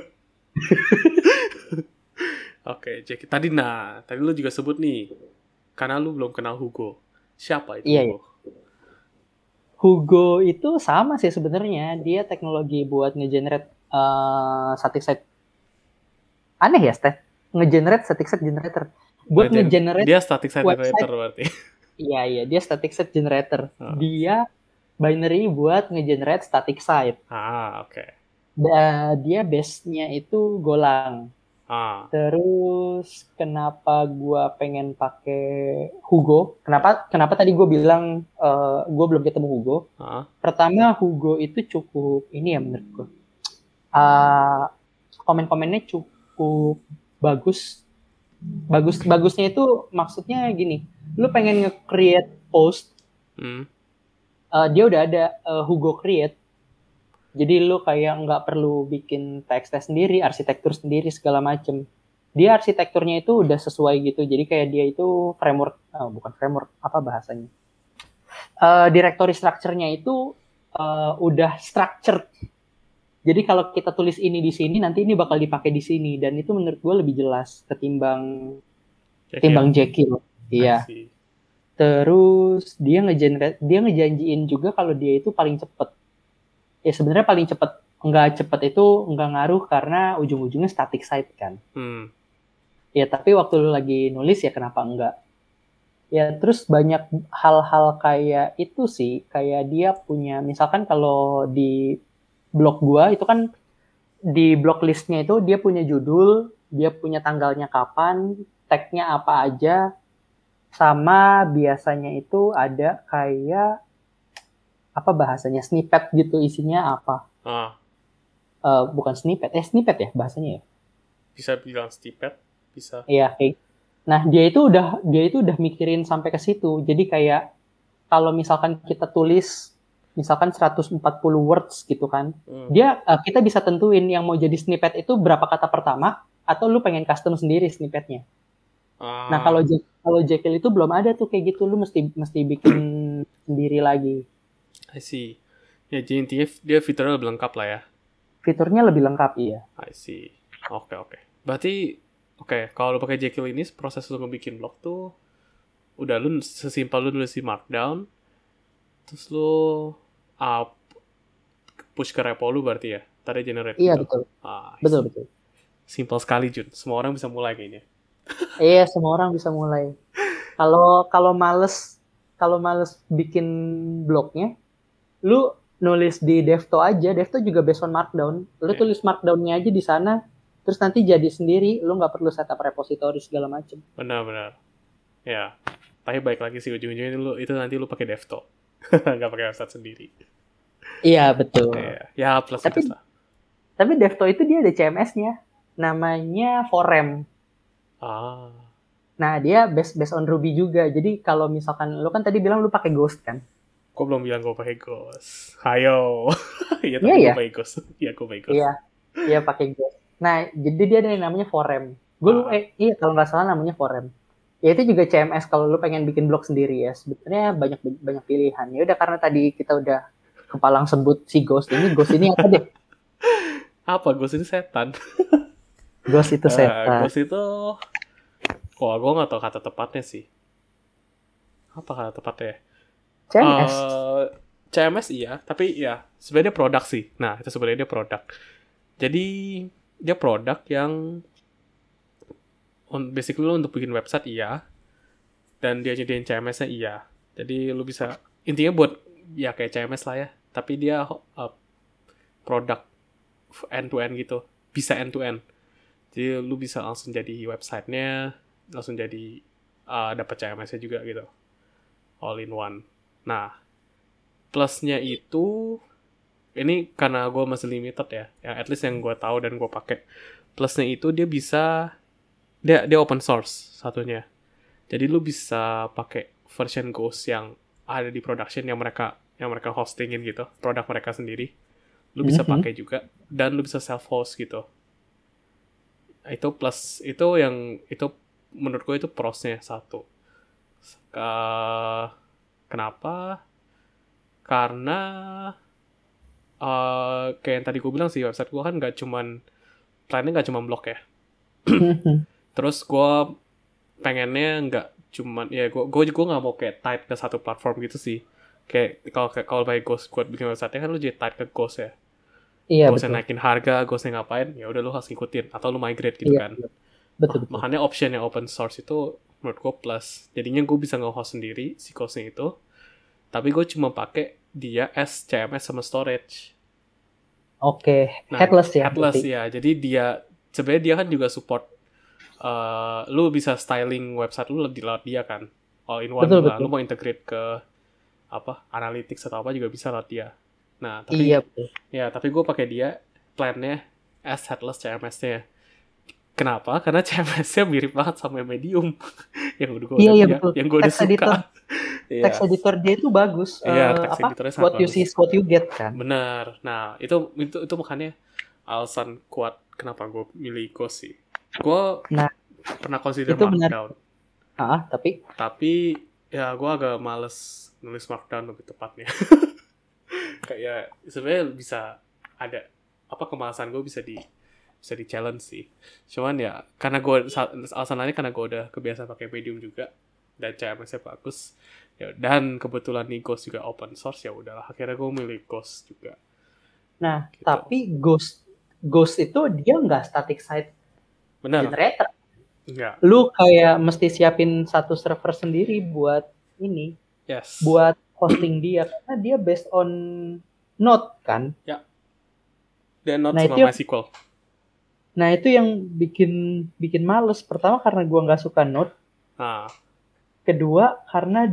Oke, Jekyll. Tadi lu juga sebut nih, karena lu belum kenal Hugo. Siapa itu Hugo?
Hugo itu sama sih sebenarnya. Dia teknologi buat nge-generate static site. Aneh ya, nge-generate static site generator. Buat nge-generate
dia static site generator berarti.
Iya, dia static site generator. Dia binary buat nge-generate static site.
Oke.
Dia base-nya itu Golang. Terus kenapa gue pengen pakai Hugo? Kenapa tadi gue bilang gue belum ketemu Hugo? Pertama, Hugo itu cukup menurut gue. Komen-komennya cukup bagus. Bagusnya itu maksudnya gini, lu pengen nge-create post, dia udah ada Hugo Create. Jadi lu kayak nggak perlu bikin TXT sendiri, arsitektur sendiri segala macem. Dia arsitekturnya itu udah sesuai gitu. Jadi kayak dia itu framework, bukan framework, apa bahasanya? Directory structure-nya itu udah structured. Jadi kalau kita tulis ini di sini, nanti ini bakal dipakai di sini. Dan itu menurut gue lebih jelas ketimbang Jekyll. Iya. Terus dia ngejanjiin juga kalau dia itu paling cepet. Ya sebenarnya paling cepet. Nggak cepet itu nggak ngaruh karena ujung-ujungnya static site kan. Ya tapi waktu lu lagi nulis ya kenapa enggak? Ya terus banyak hal-hal kayak itu sih. Kayak dia punya, misalkan kalau di blog gua itu kan di blog listnya itu dia punya judul, dia punya tanggalnya kapan, tag-nya apa aja, sama biasanya itu ada kayak apa bahasanya, snippet gitu, isinya apa. Bukan snippet ya bahasanya ya.
Bisa bilang snippet, bisa.
Iya, kayak. Nah, dia itu udah mikirin sampai ke situ. Jadi kayak kalau misalkan kita tulis misalkan 140 words gitu kan. Kita bisa tentuin yang mau jadi snippet itu berapa kata pertama atau lu pengen custom sendiri snippetnya. Nah, kalau Jekyll itu belum ada tuh kayak gitu, lu mesti bikin sendiri lagi.
I see. Ya, jadi intinya dia fiturnya lebih lengkap lah ya.
Fiturnya lebih lengkap, iya.
I see. Oke. Berarti kalau lu pakai Jekyll ini proses lu ngebikin blog tuh udah lu sesimpel lu nulis di Markdown, terus lu push ke repo lu berarti ya. Tadi generate
iya,
gitu.
Betul.
Simpel sekali, Jun. Semua orang bisa mulai kayaknya.
Iya, semua orang bisa mulai. Kalau males bikin blognya, lu nulis di Devto aja. Devto juga based on Markdown. Lu tulis Markdown-nya aja di sana, terus nanti jadi sendiri. Lu nggak perlu setup repository segala macem.
Benar. Ya. Tapi baik lagi sih ujung-ujungnya itu nanti lu pakai Devto. Nggak pakai website sendiri.
Iya, betul.
Ya, plus
tapi Devto itu dia ada CMS-nya. Namanya Forem. Nah, dia based on Ruby juga. Jadi kalau misalkan lu kan tadi bilang lu pakai Ghost kan?
Kok belum bilang gue pakai Ghost? Hayo. Iya, tapi gue pakai Ghost. Iya, gue pakai Ghost.
Iya, pakai Ghost. Nah, jadi dia ada yang namanya Forem. Kalau nggak salah namanya Forem. Ya itu juga CMS kalau lu pengen bikin blog sendiri ya. Sebenarnya banyak pilihan. Ya udah, karena tadi kita udah kepalang sebut si Ghost ini apa deh?
Apa? Ghost ini setan.
Ghost itu setan.
Ghost itu gue nggak tahu kata tepatnya sih. Apa kata tepatnya ya?
CMS.
CMS iya, tapi ya sebenarnya produk sih. Nah, itu sebenarnya dia produk. Jadi dia produk yang basically lu untuk bikin website iya, dan dia nyediain CMS-nya iya. Jadi lu bisa intinya buat ya kayak CMS lah ya, tapi dia produk end to end gitu, bisa end to end. Jadi lu bisa langsung jadi website-nya, langsung jadi dapat CMS-nya juga gitu, all in one. Nah, plusnya itu ini karena gue masih limited ya, yang at least yang gue tahu dan gue pakai. Plusnya itu dia bisa dia open source satunya. Jadi lu bisa pakai version Ghost yang ada di production yang mereka hostingin gitu, produk mereka sendiri. Lu bisa pakai juga dan lu bisa self host gitu. Itu plus itu menurut gue itu prosnya satu. Kenapa? Karena kayak yang tadi gue bilang sih, website gue kan plannya nggak cuman blog ya. Terus gue pengennya nggak cuman ya gue nggak mau kayak tied ke satu platform gitu sih. Kayak kalau pakai Ghost buat bikin website-nya kan lu jadi tied ke Ghost ya.
Iya,
Ghostnya naikin harga, Ghostnya ngapain, ya udah lu harus ngikutin atau lu migrate gitu kan.
Betul.
Makanya option yang open source itu menurut gue plus. Jadinya gue bisa nge-host sendiri si Ghostnya itu. Tapi gue cuma pakai dia as CMS sama storage.
Oke, headless ya.
Headless ya. Jadi sebenarnya dia kan juga support. Lu bisa styling website lu lewat dia kan. All in one. Betul. Lu mau integrate ke analytics atau apa juga bisa lewat dia. Nah, tapi
betul.
Ya, tapi gue pakai dia plannya as headless CMS-nya. Kenapa? Karena CMS-nya mirip banget sama Medium yang gue udah suka.
text
Iya,
editor dia itu bagus.
iya, text
Apa?
editornya sangat
What you
bagus.
see is what you get kan.
Benar. Nah, itu makanya alasan kuat kenapa gue milih Ghost sih. Gue
Nah,
pernah consider
itu benar.
Markdown,
Tapi
ya gue agak males nulis Markdown lebih tepatnya. Kayak sebenarnya bisa ada apa kemalasan gue bisa di challenge sih. Cuman ya karena alasannya karena gue udah kebiasaan pakai Medium juga dan CMS-nya bagus. Ya dan kebetulan nih Ghost juga open source, ya udahlah akhirnya gue milih Ghost juga.
nah,
Gitu.
tapi Ghost itu dia nggak static site
Benar.
generator.
Enggak.
Lu kayak mesti siapin satu server sendiri buat ini,
Yes.
buat hosting dia karena dia based on Node kan.
Ya. Dan not
Nah,
sama
itu
MySQL.
Nah, itu yang bikin males. Pertama karena gua nggak suka Node.
Nah,
Kedua karena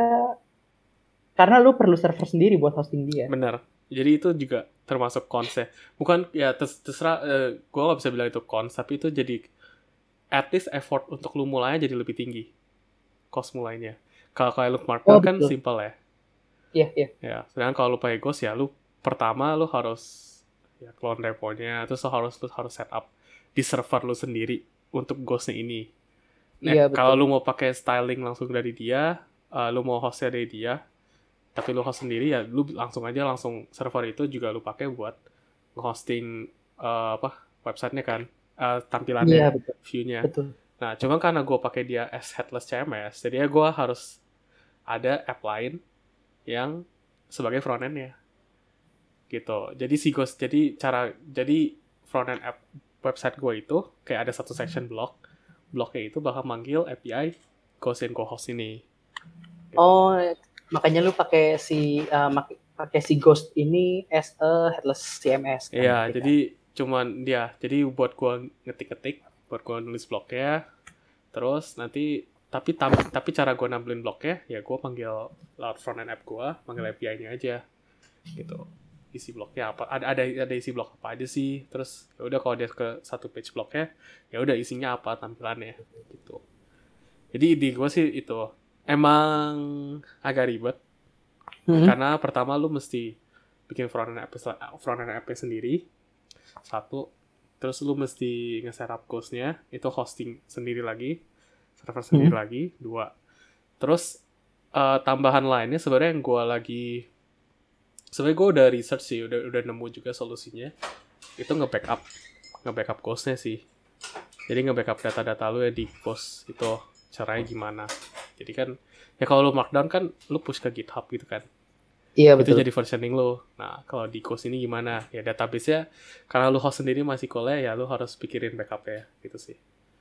lu perlu server sendiri buat hosting dia.
benar. Jadi itu juga termasuk cons ya. Bukan ya terserah gue nggak bisa bilang itu cons, tapi itu jadi at least effort untuk lu mulainya jadi lebih tinggi. Cost mulainya. Kalau kayak lu Markdown kan
betul.
simple ya.
Iya, iya.
Ya, sedangkan kalau lu pakai Ghost ya lu pertama lu harus ya clone repo-nya, terus lu harus setup di server lu sendiri untuk Ghost-nya ini. Nah,
Iya, betul.
kalau lu mau pakai styling langsung dari dia, lu mau hostnya dari dia, tapi lu host sendiri ya lu langsung server itu juga lu pakai buat nge-hosting websitenya kan, tampilannya,
Iya, betul.
view-nya.
Betul.
Nah, cuma karena gue pakai dia as headless CMS, jadi gue harus ada app lain yang sebagai frontend-nya. Gitu. Jadi si Ghost, jadi frontend app website gue itu kayak ada satu section bloknya itu bakal manggil API Ghost and Host ini. Gitu.
Oh, makanya lu pakai si Ghost ini as a headless CMS kan.
Iya, jadi cuman jadi buat gue ngetik-ngetik, buat gue nulis bloknya, terus nanti tapi cara gue nampilin bloknya ya gue panggil lewat frontend app gue, panggil API-nya aja gitu. Isi bloknya apa, ada isi blok apa aja sih, terus ya udah kalau dia ke satu page bloknya ya udah isinya apa tampilannya gitu. Jadi ide gue sih itu emang agak ribet karena pertama lu mesti bikin frontend app sendiri satu, terus lu mesti nge-setup Ghost-nya itu hosting sendiri lagi, server sendiri lagi, dua. Terus tambahan lainnya sebenarnya yang sebenarnya gue udah research sih, udah nemu juga solusinya. Itu nge-backup Ghost-nya sih. Jadi nge-backup data-data lu ya di Ghost itu caranya gimana. Jadi kan ya kalau lu Markdown kan lu push ke GitHub gitu kan.
Iya,
Itu
betul.
jadi versioning lu. Nah, kalau di Ghost ini gimana? Ya database-nya karena lu host sendiri MySQL ya lu harus pikirin backup-nya gitu sih.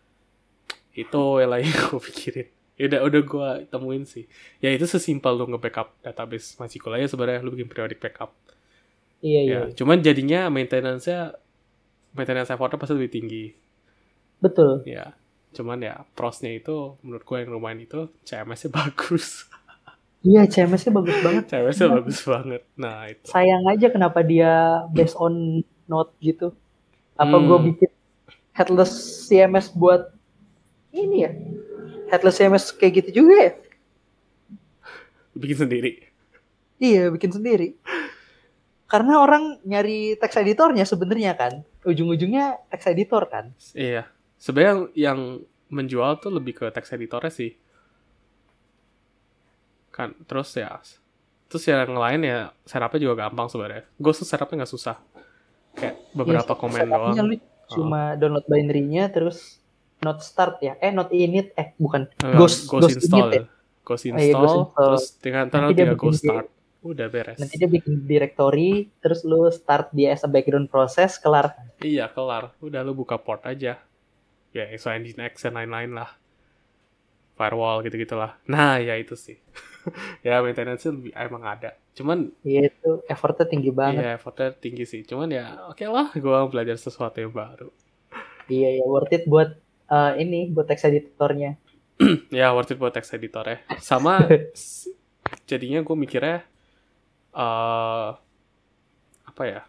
Itu yang lagi gue pikirin. Ya udah gue temuin sih. Ya itu sesimpel lu nge-backup database MySQL aja sebenarnya lu bikin periodic backup.
Iya,
Ya, cuman jadinya maintenance effortnya pasti lebih tinggi.
Betul.
Ya, cuman ya prosnya itu menurut gue yang lumayan itu CMS-nya bagus.
Iya, CMS-nya bagus banget.
CMS-nya bagus banget. Nah, itu.
Sayang aja kenapa dia based on Node gitu. Apa gue bikin headless CMS buat ini ya? Headless CMS kayak gitu juga ya?
Bikin sendiri.
Iya, bikin sendiri. Karena orang nyari text editornya sebenarnya kan. Ujung-ujungnya text editor kan.
Iya. Sebenarnya yang menjual tuh lebih ke text editornya sih. Kan terus yang lain ya setupnya juga gampang sebenarnya. Ghost tuh setupnya nggak susah. Kayak beberapa komen doang.
Lu cuma download binary-nya terus not start ya. Not init bukan.
Ghost install.
Init, ya?
Ghost install, terus tinggal go start. Udah beres.
Nanti dia bikin directory, terus lu start dia as a background process, kelar.
Iya, kelar. Udah lu buka port aja. Ya, so Nginx dan lain-lain lah. Firewall gitu-gitulah. Nah, ya itu sih. Ya, maintenance emang ada. Cuman
iya itu effortnya tinggi banget.
Iya, effortnya tinggi sih. Cuman ya oke lah, gue belajar sesuatu yang baru.
Iya, ya worth it buat buat text editornya.
Ya, worth it buat text editor ya. Sama jadinya gue mikirnya apa ya?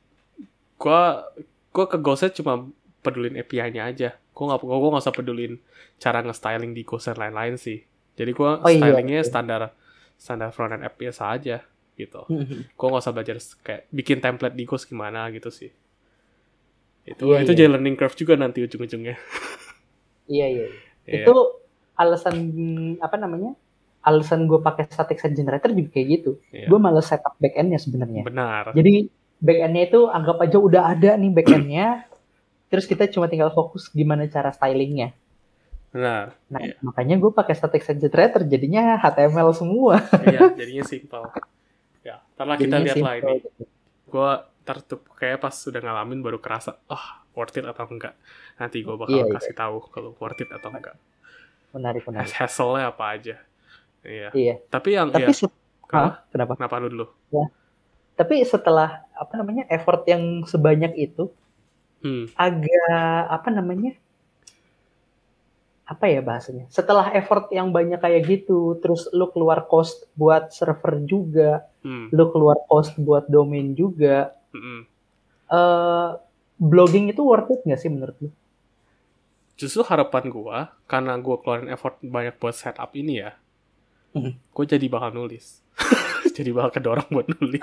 Gue ke Ghost-nya cuma pedulin API-nya aja. Gue nggak usah pedulin cara nge-styling di Ghost dan lain-lain sih. Jadi gue stylingnya standar standar front-end app biasa aja gitu. Gue nggak usah belajar kayak bikin template di Ghost gimana gitu sih. Itu jadi learning curve juga nanti ujung-ujungnya.
Iya. Itu alasan alasan gue pakai static site generator juga kayak gitu. Gue males setup backend-nya sebenarnya.
Benar.
Jadi backend-nya itu anggap aja udah ada nih backend-nya. Terus kita cuma tinggal fokus gimana cara stylingnya.
Benar.
Nah, makanya gue pakai static site generator, jadinya HTML semua.
Iya, jadinya simple. Ya, ntar kita lihat lah ini. Gue ntar tuh kayak pas sudah ngalamin baru kerasa, worth it atau enggak. Nanti gue bakal kasih tahu kalau worth it atau enggak.
Menarik.
Hassle-nya apa aja.
Iya.
Tapi kenapa lu dulu?
Ya. Tapi setelah effort yang sebanyak itu, agak bahasanya? Setelah effort yang banyak kayak gitu, terus lu keluar cost buat server juga, lu keluar cost buat domain juga, blogging itu worth it nggak sih menurut lu?
Justru harapan gue, karena gue keluarin effort banyak buat setup ini ya, gue jadi bakal nulis. Jadi bakal kedorong buat nulis.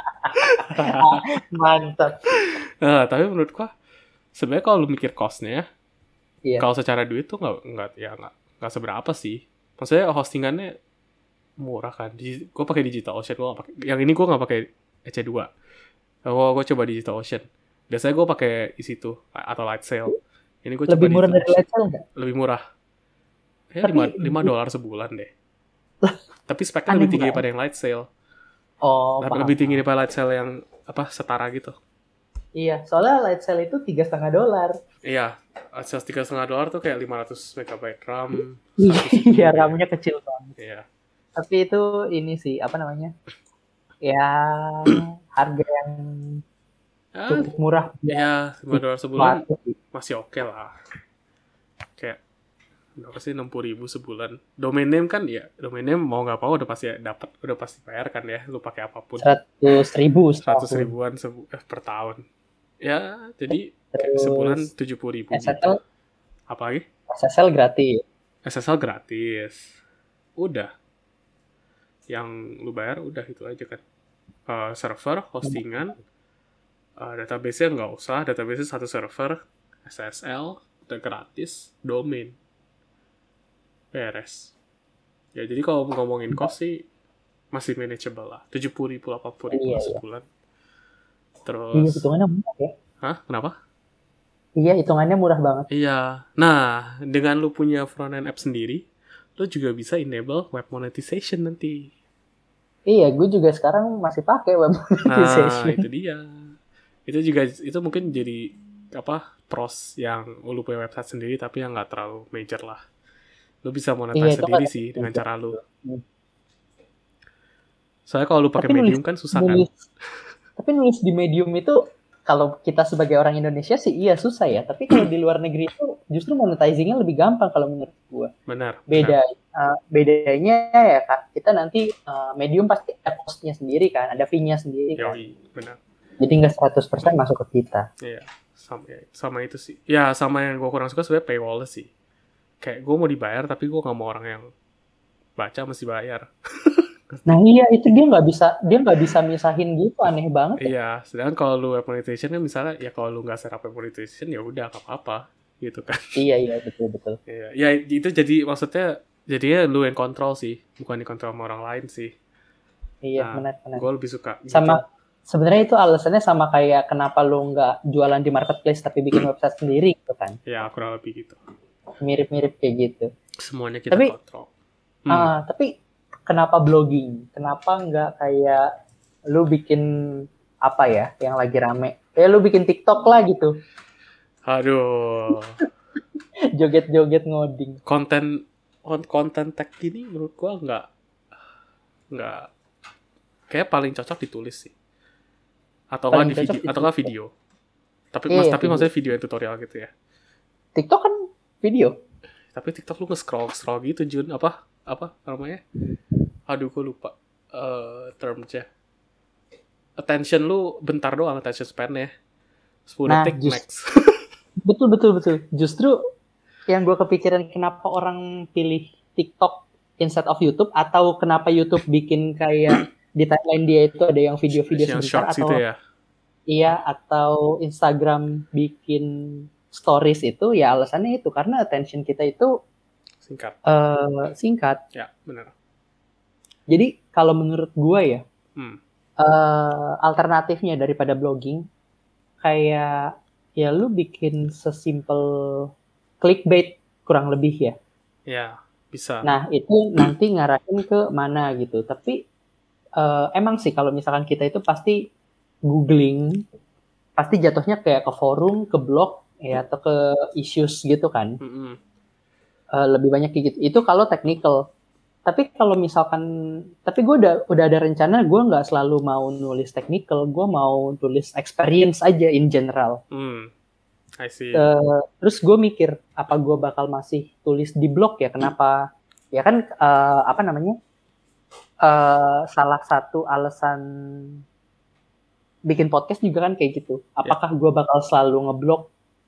Mantap.
Tapi menurut gue, sebenarnya kalau lu mikir cost-nya, kalau secara duit tuh nggak seberapa sih. Maksudnya hostingannya murah kan. Gue pakai DigitalOcean, yang ini gue nggak pakai EC2. Gue coba DigitalOcean. Biasanya gue pakai EC2 atau Lightsail. Ini gue
lebih murah dari Lightsail nggak?
Lebih murah. Ya $5 sebulan deh. Tapi speknya lebih tinggi daripada yang Lightsail. Lebih tinggi daripada Lightsail yang setara gitu.
Iya, soalnya Lightsail itu $3,5.
Iya, akses $3,5 tuh kayak 500 MB RAM.
Iya, RAM-nya kecil banget.
Iya.
Tapi itu ini sih, ya harga yang cukup murah.
Iya, $5 sebulan masih oke lah. Kayak berapa sih, 60.000 sebulan. Domain name kan ya, domain name mau nggak mau udah pasti bayar kan ya, lu pakai apapun.
100.000
per tahun. Ya, jadi sebulan 70.000
SSL,
gitu. Apa lagi?
SSL gratis.
SSL gratis. Udah. Yang lu bayar udah itu aja kan. Server, hostingan, database-nya nggak usah. Database-nya satu server, SSL, udah gratis, domain. Beres. Ya, jadi kalau ngomongin cost sih masih manageable lah. 70.000, 80.000 sebulan. Terus.
Iya, hitungannya murah ya.
Hah? Kenapa?
Iya, hitungannya murah banget.
Iya. Nah, dengan lu punya front-end app sendiri, lu juga bisa enable web monetization nanti.
Iya, gue juga sekarang masih pakai web monetization.
Nah, itu dia. Itu mungkin jadi pros yang lu punya website sendiri tapi yang nggak terlalu major lah. Lu bisa monetize sendiri sih dengan cara lu. Soalnya kalau lu pakai Medium kan susah kan.
Tapi nulis di Medium itu kalau kita sebagai orang Indonesia sih iya susah ya. Tapi kalau di luar negeri itu justru monetizingnya lebih gampang kalau menurut gue.
Benar.
Bedanya ya Kak, kita nanti Medium pasti ada cost-nya sendiri kan, ada fee-nya sendiri kan.
Benar.
Jadi nggak 100% masuk ke kita.
Iya, sama itu sih. Ya sama yang gue kurang suka sebenarnya paywall sih. Kayak gue mau dibayar tapi gue nggak mau orang yang baca mesti bayar.
Nah iya, itu dia nggak bisa misahin gitu, aneh banget.
Iya, sedangkan kalau lu web monetization kan misalnya ya kalau lu nggak setup web monetization ya udah nggak apa-apa gitu kan.
Iya betul.
Iya, ya itu jadi maksudnya jadinya lu yang kontrol sih, bukan dikontrol sama orang lain sih.
Iya, benar.
Gue lebih suka.
Sama gitu. Sebenarnya itu alasannya sama kayak kenapa lu nggak jualan di marketplace tapi bikin website sendiri gitu kan?
Ya kurang lebih gitu.
Mirip-mirip kayak gitu.
Semuanya kita kontrol.
Tapi kenapa blogging? Kenapa nggak kayak lu bikin yang lagi rame? Lu bikin TikTok lah gitu.
Aduh.
Joget-joget ngoding.
Konten tag gini menurut gua nggak kayak paling cocok ditulis sih. Atau nggak video. Tapi maksudnya video yang tutorial gitu ya.
TikTok kan video.
Tapi TikTok lu nge-scroll gitu Jun, apa namanya? Aduh, gue lupa termnya. Attention lu bentar doang, attention span-nya 10 detik max.
Betul. Justru yang gue kepikiran kenapa orang pilih TikTok instead of YouTube, atau kenapa YouTube bikin kayak di timeline dia itu ada yang video-video
yang
sebentar,
shorts
atau
itu ya.
iya, atau Instagram bikin stories itu ya alasannya itu karena attention kita itu
Singkat.
Singkat.
Ya, benar.
Jadi kalau menurut gue ya,
Hmm.
alternatifnya daripada blogging, kayak ya lu bikin sesimpel clickbait kurang lebih ya.
Ya, bisa.
Nah itu nanti ngarahin ke mana gitu. Tapi emang sih kalau misalkan kita itu pasti googling, pasti jatuhnya kayak ke forum, ke blog, ya atau ke issues gitu kan.
Mm-mm.
Lebih banyak kayak gitu. Itu kalau technical. Tapi kalau misalkan, tapi gue udah ada rencana, gue nggak selalu mau nulis technical, gue mau tulis experience aja in general.
I see.
Terus gue mikir, apa gue bakal masih tulis di blog ya? Kenapa? Ya kan, apa namanya? Salah satu alasan bikin podcast juga kan kayak gitu. Apakah gue bakal selalu ngeblog?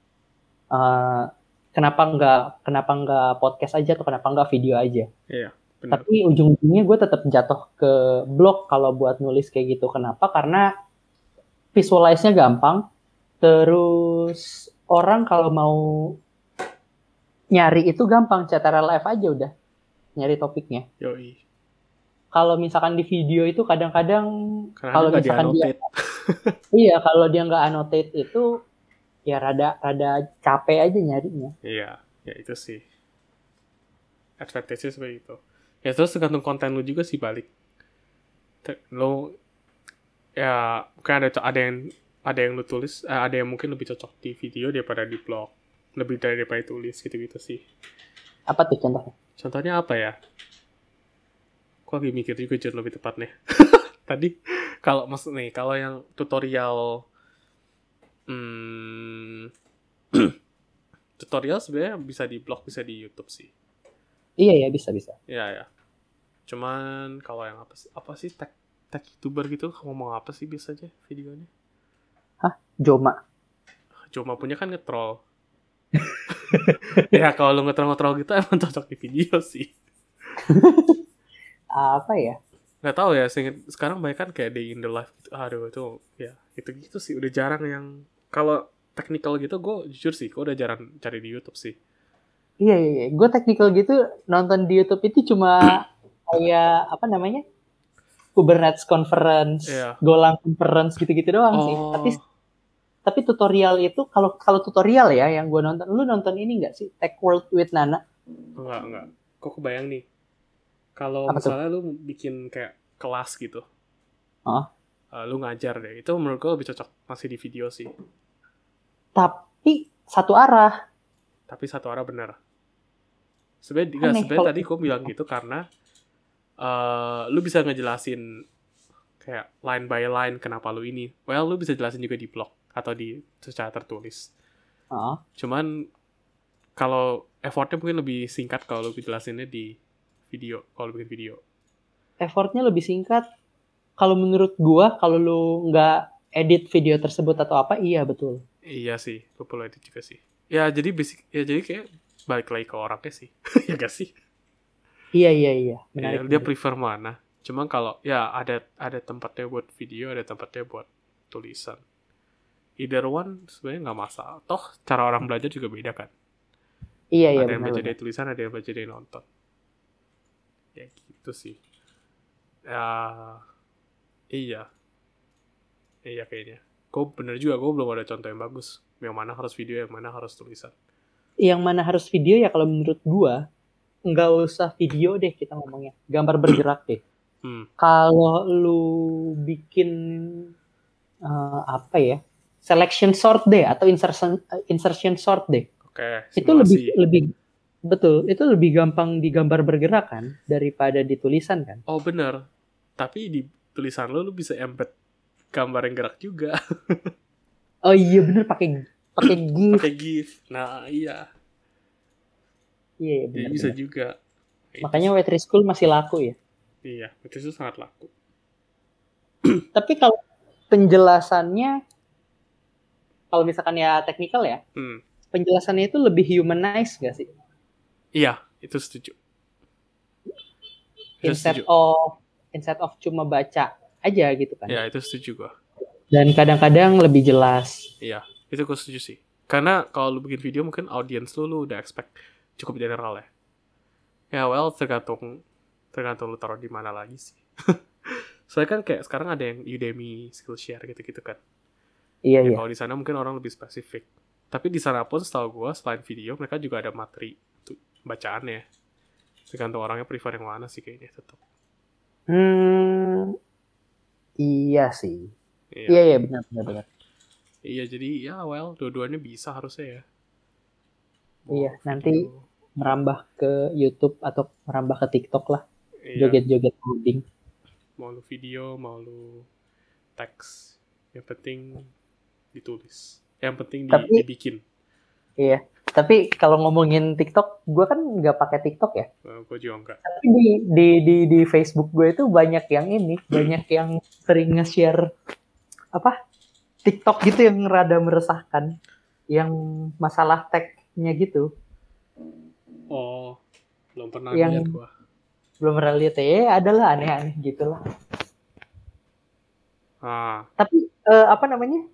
Kenapa nggak podcast aja atau kenapa nggak video aja?
Iya, benar.
Tapi ujung-ujungnya gue tetap jatuh ke blog kalau buat nulis kayak gitu. Kenapa? Karena visualize-nya gampang. Terus orang kalau mau nyari itu gampang, secara live aja udah nyari topiknya.
Yoi.
Kalau misalkan di video itu kadang-kadang kalau
nggak
misalkan dia iya, kalau dia nggak annotate itu ya rada capek aja nyarinya.
Iya, ya itu sih. Advantage-nya seperti itu. Ya terus tergantung konten lu juga sih balik. Lo ya mungkin ada yang lu tulis, ada yang mungkin lebih cocok di video daripada di blog, lebih daripada tulis gitu-gitu sih.
Apa tuh contohnya?
Contohnya apa ya? Kok lagi mikir juga jauh lebih tepatnya. Tadi kalau yang tutorial tutorial sebenarnya bisa di blog, bisa di YouTube sih.
Iya ya, bisa.
Iya ya. Cuman kalau yang apa sih tech YouTuber gitu ngomong apa sih biasanya videonya?
Hah? Joma
punya kan nge-troll. Ya kalau lu nge-troll gitu emang cocok di video sih.
Apa ya?
Nggak tahu ya, sekarang banyak kan kayak day in the life gitu. Aduh itu ya gitu sih udah jarang yang kalau technical gitu. Gue jujur sih gue udah jarang cari di YouTube sih.
Iya. Gue technical gitu nonton di YouTube itu cuma kayak apa namanya? Kubernetes conference, Golang conference gitu-gitu doang sih. Tapi tutorial itu kalau tutorial ya yang gue nonton, lu nonton ini nggak sih Tech World with Nana?
Enggak. Kok kebayang nih? Kalau misalnya lu bikin kayak kelas gitu, lu ngajar deh, itu menurut gue lebih cocok masih di video sih.
Tapi satu arah
benar. Sebenarnya tadi gue bilang gitu karena lu bisa ngejelasin kayak line by line kenapa lu ini. Well, lu bisa jelasin juga di blog atau di secara tertulis. Cuman kalau effortnya mungkin lebih singkat kalau lu jelasinnya di video, kalau bikin video.
Effortnya lebih singkat. Kalau menurut gua, kalau lu nggak edit video tersebut atau apa, iya betul.
Iya sih, lu perlu edit juga sih. Ya jadi jadi kayak balik lagi ke orangnya sih. Ya gak sih?
Iya.
Menarik. Dia prefer mana? Cuma kalau ya ada tempatnya buat video, ada tempatnya buat tulisan. Either one sebenarnya nggak masalah. Toh cara orang belajar juga beda kan.
Iya.
Ada yang baca dari tulisan, ada yang baca dari nonton. Ya gitu sih. Iya kayaknya. Bener juga, gue belum ada contoh yang bagus. Yang mana harus video, yang mana harus tulisan.
Yang mana harus video ya kalau menurut gue, nggak usah video deh kita ngomongnya. Gambar bergerak deh. Kalau lu bikin apa ya, selection sort deh atau insertion sort deh.
Oke,
itu lebih betul, itu lebih gampang di gambar bergerak kan daripada di tulisan kan.
Oh bener, tapi di tulisan lu bisa embed gambar yang gerak juga.
Oh iya bener, pakai GIF.
Pakai GIF. Nah iya.
Iya bener.
Bisa juga.
Makanya Web3 School masih laku ya.
Iya, Web3 School sangat laku.
Tapi kalau penjelasannya, kalau misalkan ya teknikal ya, penjelasannya itu lebih humanize gak sih?
Iya, itu setuju.
instead
setuju.
of cuma baca aja gitu kan.
Ya, itu setuju gue.
Dan kadang-kadang lebih jelas.
Iya, itu gue setuju sih. Karena kalau lu bikin video mungkin audience lu udah expect cukup general ya. Ya, well, tergantung lu taruh di mana lagi sih. Soalnya kan kayak sekarang ada yang Udemy, Skillshare gitu-gitu kan.
Iya,
Ya
iya.
kalau di sana mungkin orang lebih spesifik. Tapi di sana pun setahu gue selain video mereka juga ada materi untuk bacaannya. Tergantung orangnya prefer yang mana sih kayaknya tetap.
Iya sih.
Iya.
Iya, benar.
Iya, jadi ya well, dua-duanya bisa harusnya ya.
Iya,
Mau
nanti
video.
merambah ke YouTube atau merambah ke TikTok lah.
Iya,
Joget-joget coding.
mau lu video, mau lu teks. Yang penting ditulis. Yang penting
Tapi
dibikin.
iya. Tapi kalau ngomongin TikTok, gue kan nggak pakai TikTok ya.
Gue juga enggak.
Tapi di Facebook gue itu banyak yang banyak yang sering nge-share apa TikTok gitu yang rada meresahkan, yang masalah tag-nya gitu.
Oh, belum pernah
Yang
lihat gua.
belum pernah lihat ya, adalah aneh-aneh gitulah. Tapi apa namanya?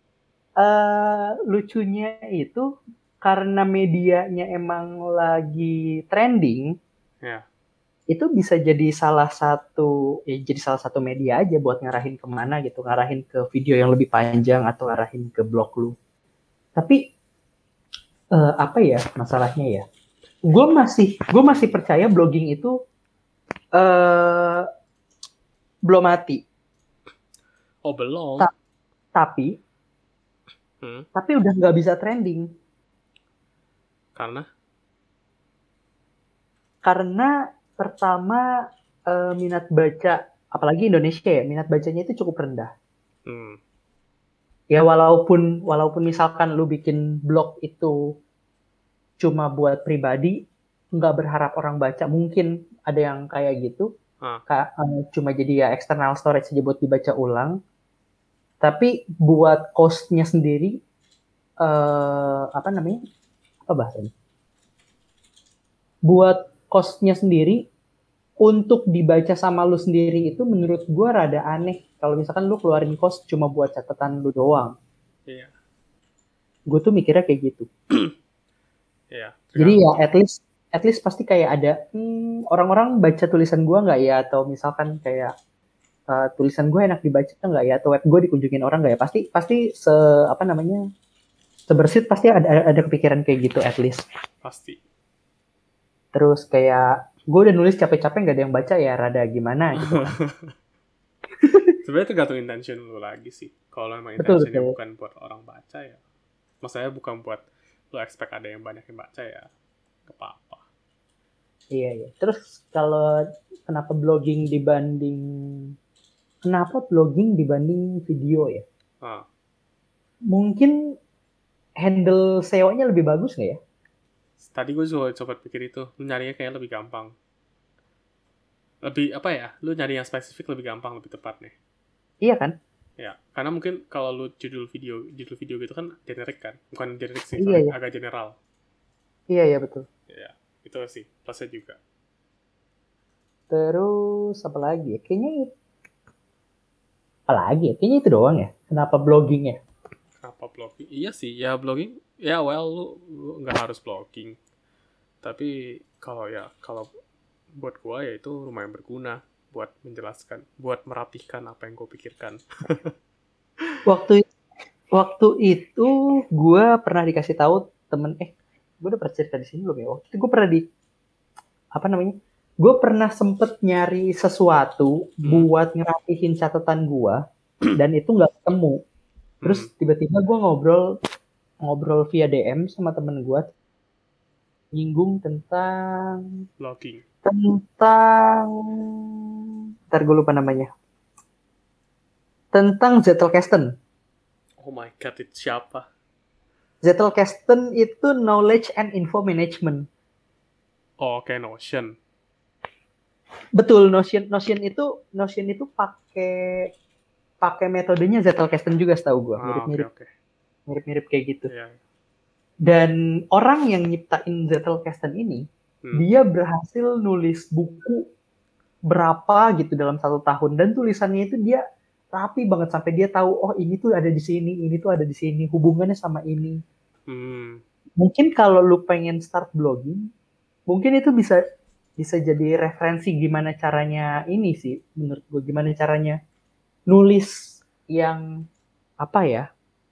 Lucunya itu karena medianya emang lagi trending,
Ya.
itu bisa jadi salah satu media aja buat ngarahin kemana gitu, ngarahin ke video yang lebih panjang atau ngarahin ke blog lu. Tapi apa ya masalahnya ya? Gue masih percaya blogging itu belum mati.
Oh, belum.
Tapi udah nggak bisa trending. Karena pertama minat baca, apalagi Indonesia ya, minat bacanya itu cukup rendah. Ya walaupun misalkan lu bikin blog itu cuma buat pribadi, nggak berharap orang baca, mungkin ada yang kayak gitu, cuma jadi ya external storage aja buat dibaca ulang. Tapi buat cost-nya sendiri, apa bahasanya? Buat cost-nya sendiri untuk dibaca sama lu sendiri itu menurut gue rada aneh. Kalau misalkan lu keluarin cost cuma buat catatan lu doang.
Iya.
Gue tuh mikirnya kayak gitu.
Iya.
Jadi ya at least pasti kayak ada orang-orang baca tulisan gue nggak ya, atau misalkan kayak tulisan gue enak dibaca nggak ya, atau web gue dikunjungin orang nggak ya, pasti sebersih pasti ada kepikiran kayak gitu at least.
Pasti.
Terus kayak gue udah nulis capek-capek nggak ada yang baca ya, rada gimana gitu kan.
Sebenarnya tergantung intention lu lagi sih. Kalau emang intentionnya bukan buat orang baca ya, maksudnya bukan buat lu expect ada yang banyak yang baca ya, gak apa-apa.
Iya. Terus kalau kenapa blogging dibanding video ya? Mungkin handle SEO-nya lebih bagus nggak ya?
Tadi gue juga coba pikir itu, lu nyarinya kayaknya lebih gampang. Lebih apa ya? Lu nyari yang spesifik lebih gampang, lebih tepat nih.
Iya kan?
Ya, karena mungkin kalau lu judul video gitu kan generik kan? Bukan generik sih,
iya.
agak general.
Iya betul.
Ya, itu sih plusnya juga.
Terus apa lagi? Kayaknya itu doang ya. Kenapa blogging ya?
Kenapa blogging? Iya sih, ya blogging. Ya well, lu nggak harus blogging. Tapi kalau buat gua ya itu lumayan berguna buat menjelaskan, buat merapihkan apa yang gue pikirkan.
Waktu itu gue pernah dikasih tahu temen, gue udah pernah cerita di sini belum ya? Waktu itu gue pernah gue pernah sempet nyari sesuatu buat ngerapihin catatan gue, dan itu nggak ketemu. Terus tiba-tiba gue ngobrol via DM sama temen gue, nyinggung tentang
blogging.
Ntar gue lupa namanya. Tentang Zettelkasten.
Oh my god, itu siapa?
Zettelkasten itu knowledge and info management.
Oh, kayak Notion.
Betul, Notion itu pakai metodenya Zettelkasten juga setahu gue, mirip kayak gitu.
Yeah.
Dan orang yang nyiptain Zettelkasten ini, dia berhasil nulis buku berapa gitu dalam 1 tahun, dan tulisannya itu dia rapi banget sampai dia tahu oh ini tuh ada di sini, ini tuh ada di sini, hubungannya sama ini. Mungkin kalau lu pengen start blogging, mungkin itu bisa jadi referensi gimana caranya ini sih menurut gue, gimana caranya nulis yang apa ya,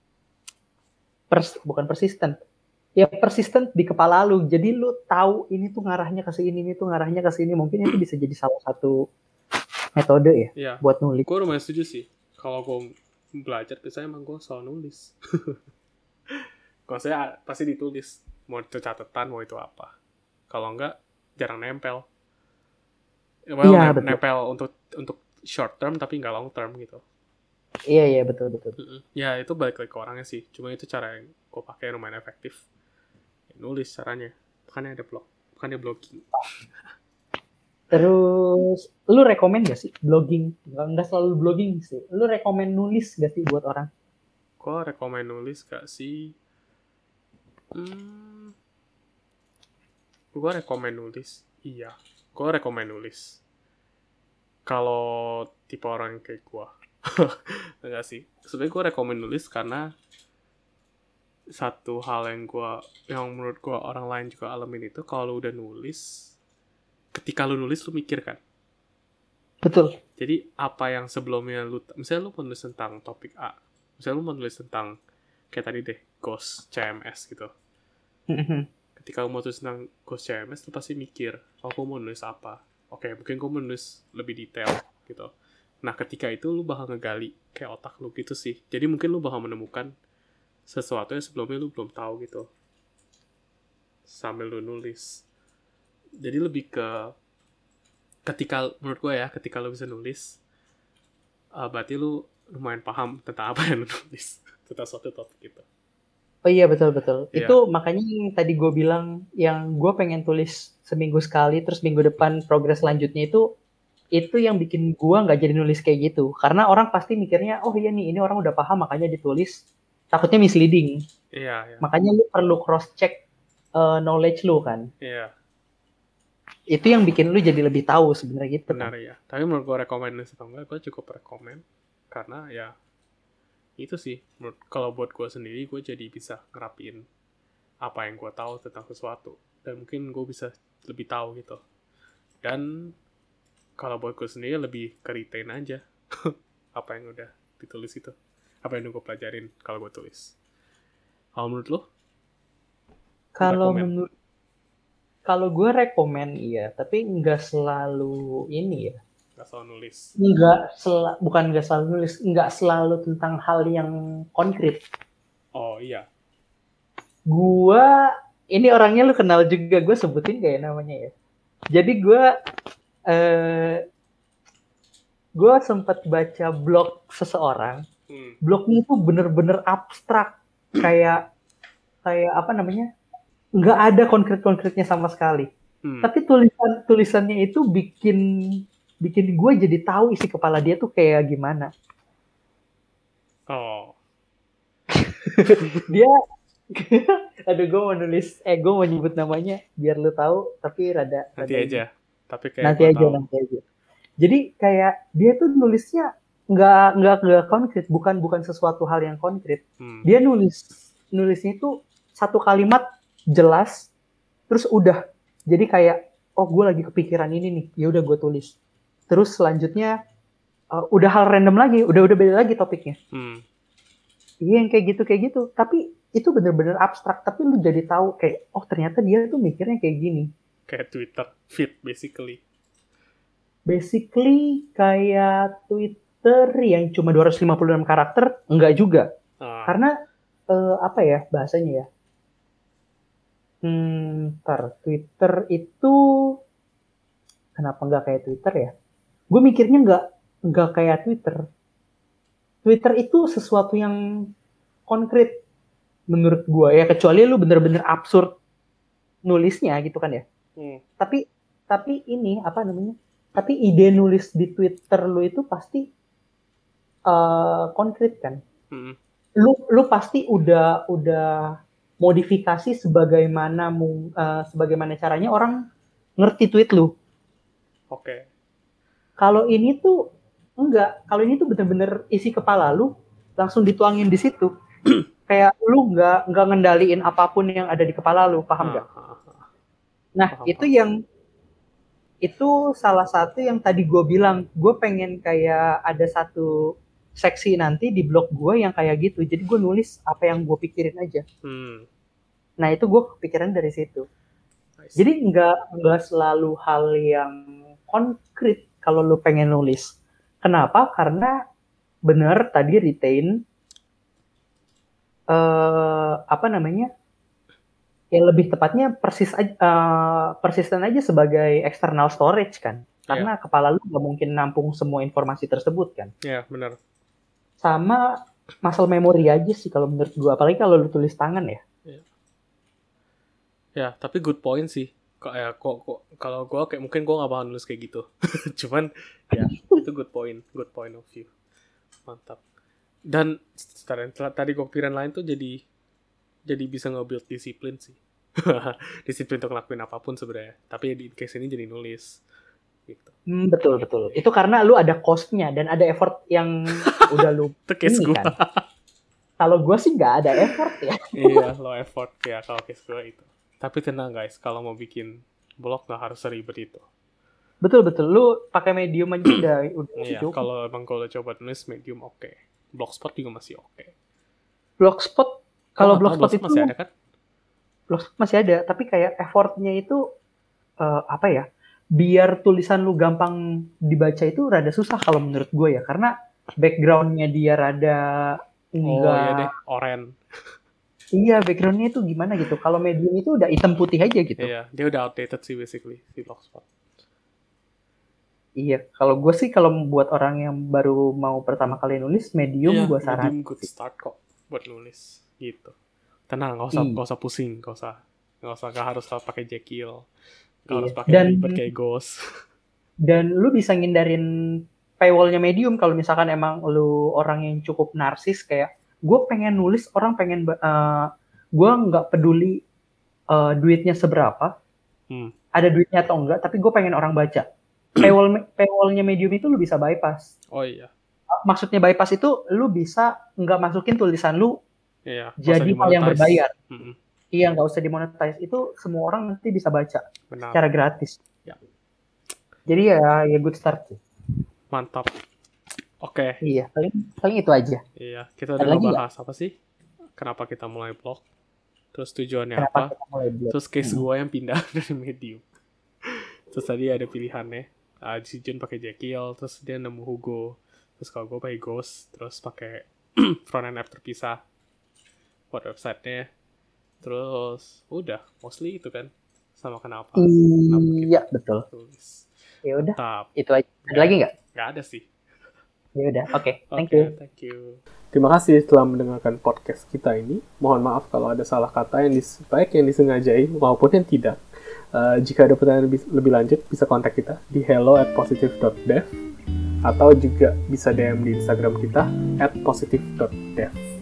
bukan persisten, ya persisten di kepala lu, jadi lu tahu ini tuh ngarahnya ke sini, ini tuh ngarahnya ke sini. Mungkin itu bisa jadi salah satu metode ya
Iya.
buat nulis.
Gue lumayan setuju sih. Kalau gue belajar biasanya emang gue selalu nulis. Kalau saya pasti ditulis, mau itu catatan, mau itu apa. Kalau enggak jarang nempel. Well,
Iya, betul.
nempel untuk short term tapi nggak long term gitu.
Iya betul.
Ya itu balik lagi ke orangnya sih. Cuma itu cara yang gue pakai lumayan efektif. Ya, nulis caranya. Bukannya ada bukannya blogging.
Terus lu rekomen gak sih blogging? Nggak selalu blogging sih. Lu rekomen nulis gak sih buat orang?
Gue rekomen nulis gak sih? Gue rekomen nulis. Iya. Gue rekomen nulis. Kalau tipe orang kayak gue. Enggak sih. Sebenarnya gue rekomen nulis karena satu hal yang menurut gue orang lain juga alamin itu, kalau lu udah nulis, ketika lu nulis lu mikir kan.
Betul.
Jadi apa yang sebelumnya misalnya lu mau nulis tentang topik A, misalnya lu mau nulis tentang kayak tadi deh, Ghost CMS gitu. Ketika lu mau tulis tentang Ghost CMS, lu pasti mikir, oh gue mau nulis apa? Oke, mungkin gue mau nulis lebih detail gitu. Nah, ketika itu lu bakal ngegali kayak otak lu gitu sih. Jadi mungkin lu bakal menemukan sesuatu yang sebelumnya lu belum tahu gitu. Sambil lu nulis. Jadi lebih ke menurut gue ya, ketika lu bisa nulis, berarti lu lumayan paham tentang apa yang lu nulis. Tentang suatu topik gitu.
Oh iya, betul.
Iya.
Itu makanya yang tadi gue bilang, yang gue pengen tulis seminggu sekali, terus minggu depan progres selanjutnya itu yang bikin gue nggak jadi nulis kayak gitu. Karena orang pasti mikirnya, oh iya nih, ini orang udah paham makanya ditulis. Takutnya misleading.
Iya.
Makanya lu perlu cross check knowledge lu kan.
Iya.
Itu yang bikin lu jadi lebih tahu sebenarnya gitu.
Benar ya. Tapi menurut gue rekomen nulis atau enggak, gue cukup rekomen. Karena ya itu sih, kalau buat gue sendiri, gue jadi bisa ngerapiin apa yang gue tahu tentang sesuatu. Dan mungkin gue bisa lebih tahu gitu. Dan kalau buat gue sendiri lebih ke retain aja apa yang udah ditulis itu. Apa yang gue pelajarin kalau gue tulis. Kalau menurut lo?
Kalau gue rekomen iya, tapi nggak selalu ini ya.
Nggak selalu nulis.
Bukan nggak selalu nulis, nggak selalu tentang hal yang konkret.
Oh iya.
Ini orangnya lu kenal juga, gue sebutin kayak namanya ya. Jadi gue sempat baca blog seseorang. Blognya itu bener-bener abstrak, kayak apa namanya, nggak ada konkretnya sama sekali. Tapi tulisannya itu bikin gue jadi tahu isi kepala dia tuh kayak gimana.
Oh.
Dia aduh, gue mau nyebut namanya biar lu tahu, tapi
nanti aja. Tapi kayak
nanti aja. Jadi kayak dia tuh nulisnya nggak konkret, bukan sesuatu hal yang konkret. Dia nulisnya itu satu kalimat jelas, terus udah. Jadi kayak, oh gue lagi kepikiran ini nih, ya udah gue tulis. Terus selanjutnya udah hal random lagi, udah beda lagi topiknya. Iya, yang kayak gitu. Tapi itu bener-bener abstrak, tapi lu jadi tahu kayak, oh ternyata dia tuh mikirnya kayak gini.
Kayak Twitter feed basically.
Basically kayak Twitter yang cuma 256 karakter, enggak juga. Karena apa ya bahasanya ya? Twitter itu kenapa nggak kayak Twitter ya? Gue mikirnya nggak kayak Twitter. Twitter itu sesuatu yang konkret menurut gue ya, kecuali lu bener-bener absurd nulisnya gitu kan ya. Tapi ini apa namanya? Tapi ide nulis di Twitter lu itu pasti konkret kan. Lu pasti udah modifikasi sebagaimana caranya orang ngerti tweet lu.
Oke.
Kalau ini tuh enggak. Kalau ini tuh bener-bener isi kepala lu langsung dituangin di situ. Kayak lu nggak ngendaliin apapun yang ada di kepala lu, paham nggak? Nah,
paham.
itu salah satu yang tadi gue bilang, gue pengen kayak ada satu seksi nanti di blog gue yang kayak gitu. Jadi gue nulis apa yang gue pikirin aja. Nah, itu gue kepikiran dari situ. Jadi nggak selalu hal yang konkret kalau lu pengen nulis. Kenapa? Karena bener tadi retain ya lebih tepatnya persisten aja sebagai external storage kan, karena kepala lu nggak mungkin nampung semua informasi tersebut kan.
Iya, benar.
Sama muscle memory aja sih kalau menurut gua, apalagi kalau lu tulis tangan ya.
Ya, tapi good point sih. Kalau gua kayak mungkin gua nggak bakal nulis kayak gitu. Cuman ya itu good point of view. Mantap. Dan tadi gua pikiran lain tuh jadi bisa nge-build disiplin sih. Disiplin untuk ngelakuin apapun sebenarnya. Tapi di case ini jadi nulis. Gitu.
Betul. Itu karena lu ada cost-nya dan ada effort yang udah lu
case
ini kan. Kalau gue sih nggak ada effort ya.
Iya, low effort ya kalau case gue itu. Tapi tenang guys, kalau mau bikin blog nggak harus seribet itu.
Betul. Lu pakai Medium aja udah
iya, cukup. Kalau emang kalau coba nulis Medium oke. Blogspot juga masih oke.
Blogspot, kalau Blogspot itu
masih ada kan?
Blogspot masih ada, tapi kayak effortnya itu biar tulisan lu gampang dibaca itu rada susah kalau menurut gue ya, karena backgroundnya dia rada enggak.
Iya deh, oranye.
Iya, backgroundnya itu gimana gitu. Kalau Medium itu udah hitam putih aja gitu.
Iya, dia udah outdated sih basically si Blogspot.
Iya, kalau gue sih kalau buat orang yang baru mau pertama kali nulis Medium, gue saranin.
Medium good start kok buat nulis gitu. Tenang, nggak usah pusing, nggak harus pakai Jekyll, nggak harus pakai ribet kayak Ghost. Dan
lu bisa ngindarin paywallnya Medium kalau misalkan emang lu orang yang cukup narsis, kayak gue pengen nulis, orang pengen gue nggak peduli duitnya seberapa, ada duitnya atau enggak, tapi gue pengen orang baca. Paywallnya Medium itu lu bisa bypass.
Oh iya.
Maksudnya bypass itu lu bisa nggak masukin tulisan lu jadi hal yang berbayar. Iya, nggak usah dimonetize. Itu semua orang nanti bisa baca secara gratis. Ya. Jadi ya good start sih.
Mantap. Oke.
Iya, paling itu aja.
Iya, kita udah bahas apa sih? Kenapa kita mulai blog? Terus tujuannya apa? Terus case gue yang pindah dari Medium. Terus tadi ada pilihannya. Si Jun pakai Jekyll, terus dia nemu Hugo. Terus kalau gue pakai Ghost, terus pakai front end app terpisah buat website-nya. Terus udah, mostly itu kan. Sama kenapa?
Iya, betul.
Tulis.
Ya udah. Itu aja. Ada lagi nggak?
Nggak ada sih.
Ya udah, oke. Thank
you. Terima kasih telah mendengarkan podcast kita ini. Mohon maaf kalau ada salah kata yang baik yang disengajai maupun yang tidak. Jika ada pertanyaan lebih lanjut, bisa kontak kita di hello@positive.dev atau juga bisa DM di Instagram kita @positive.dev.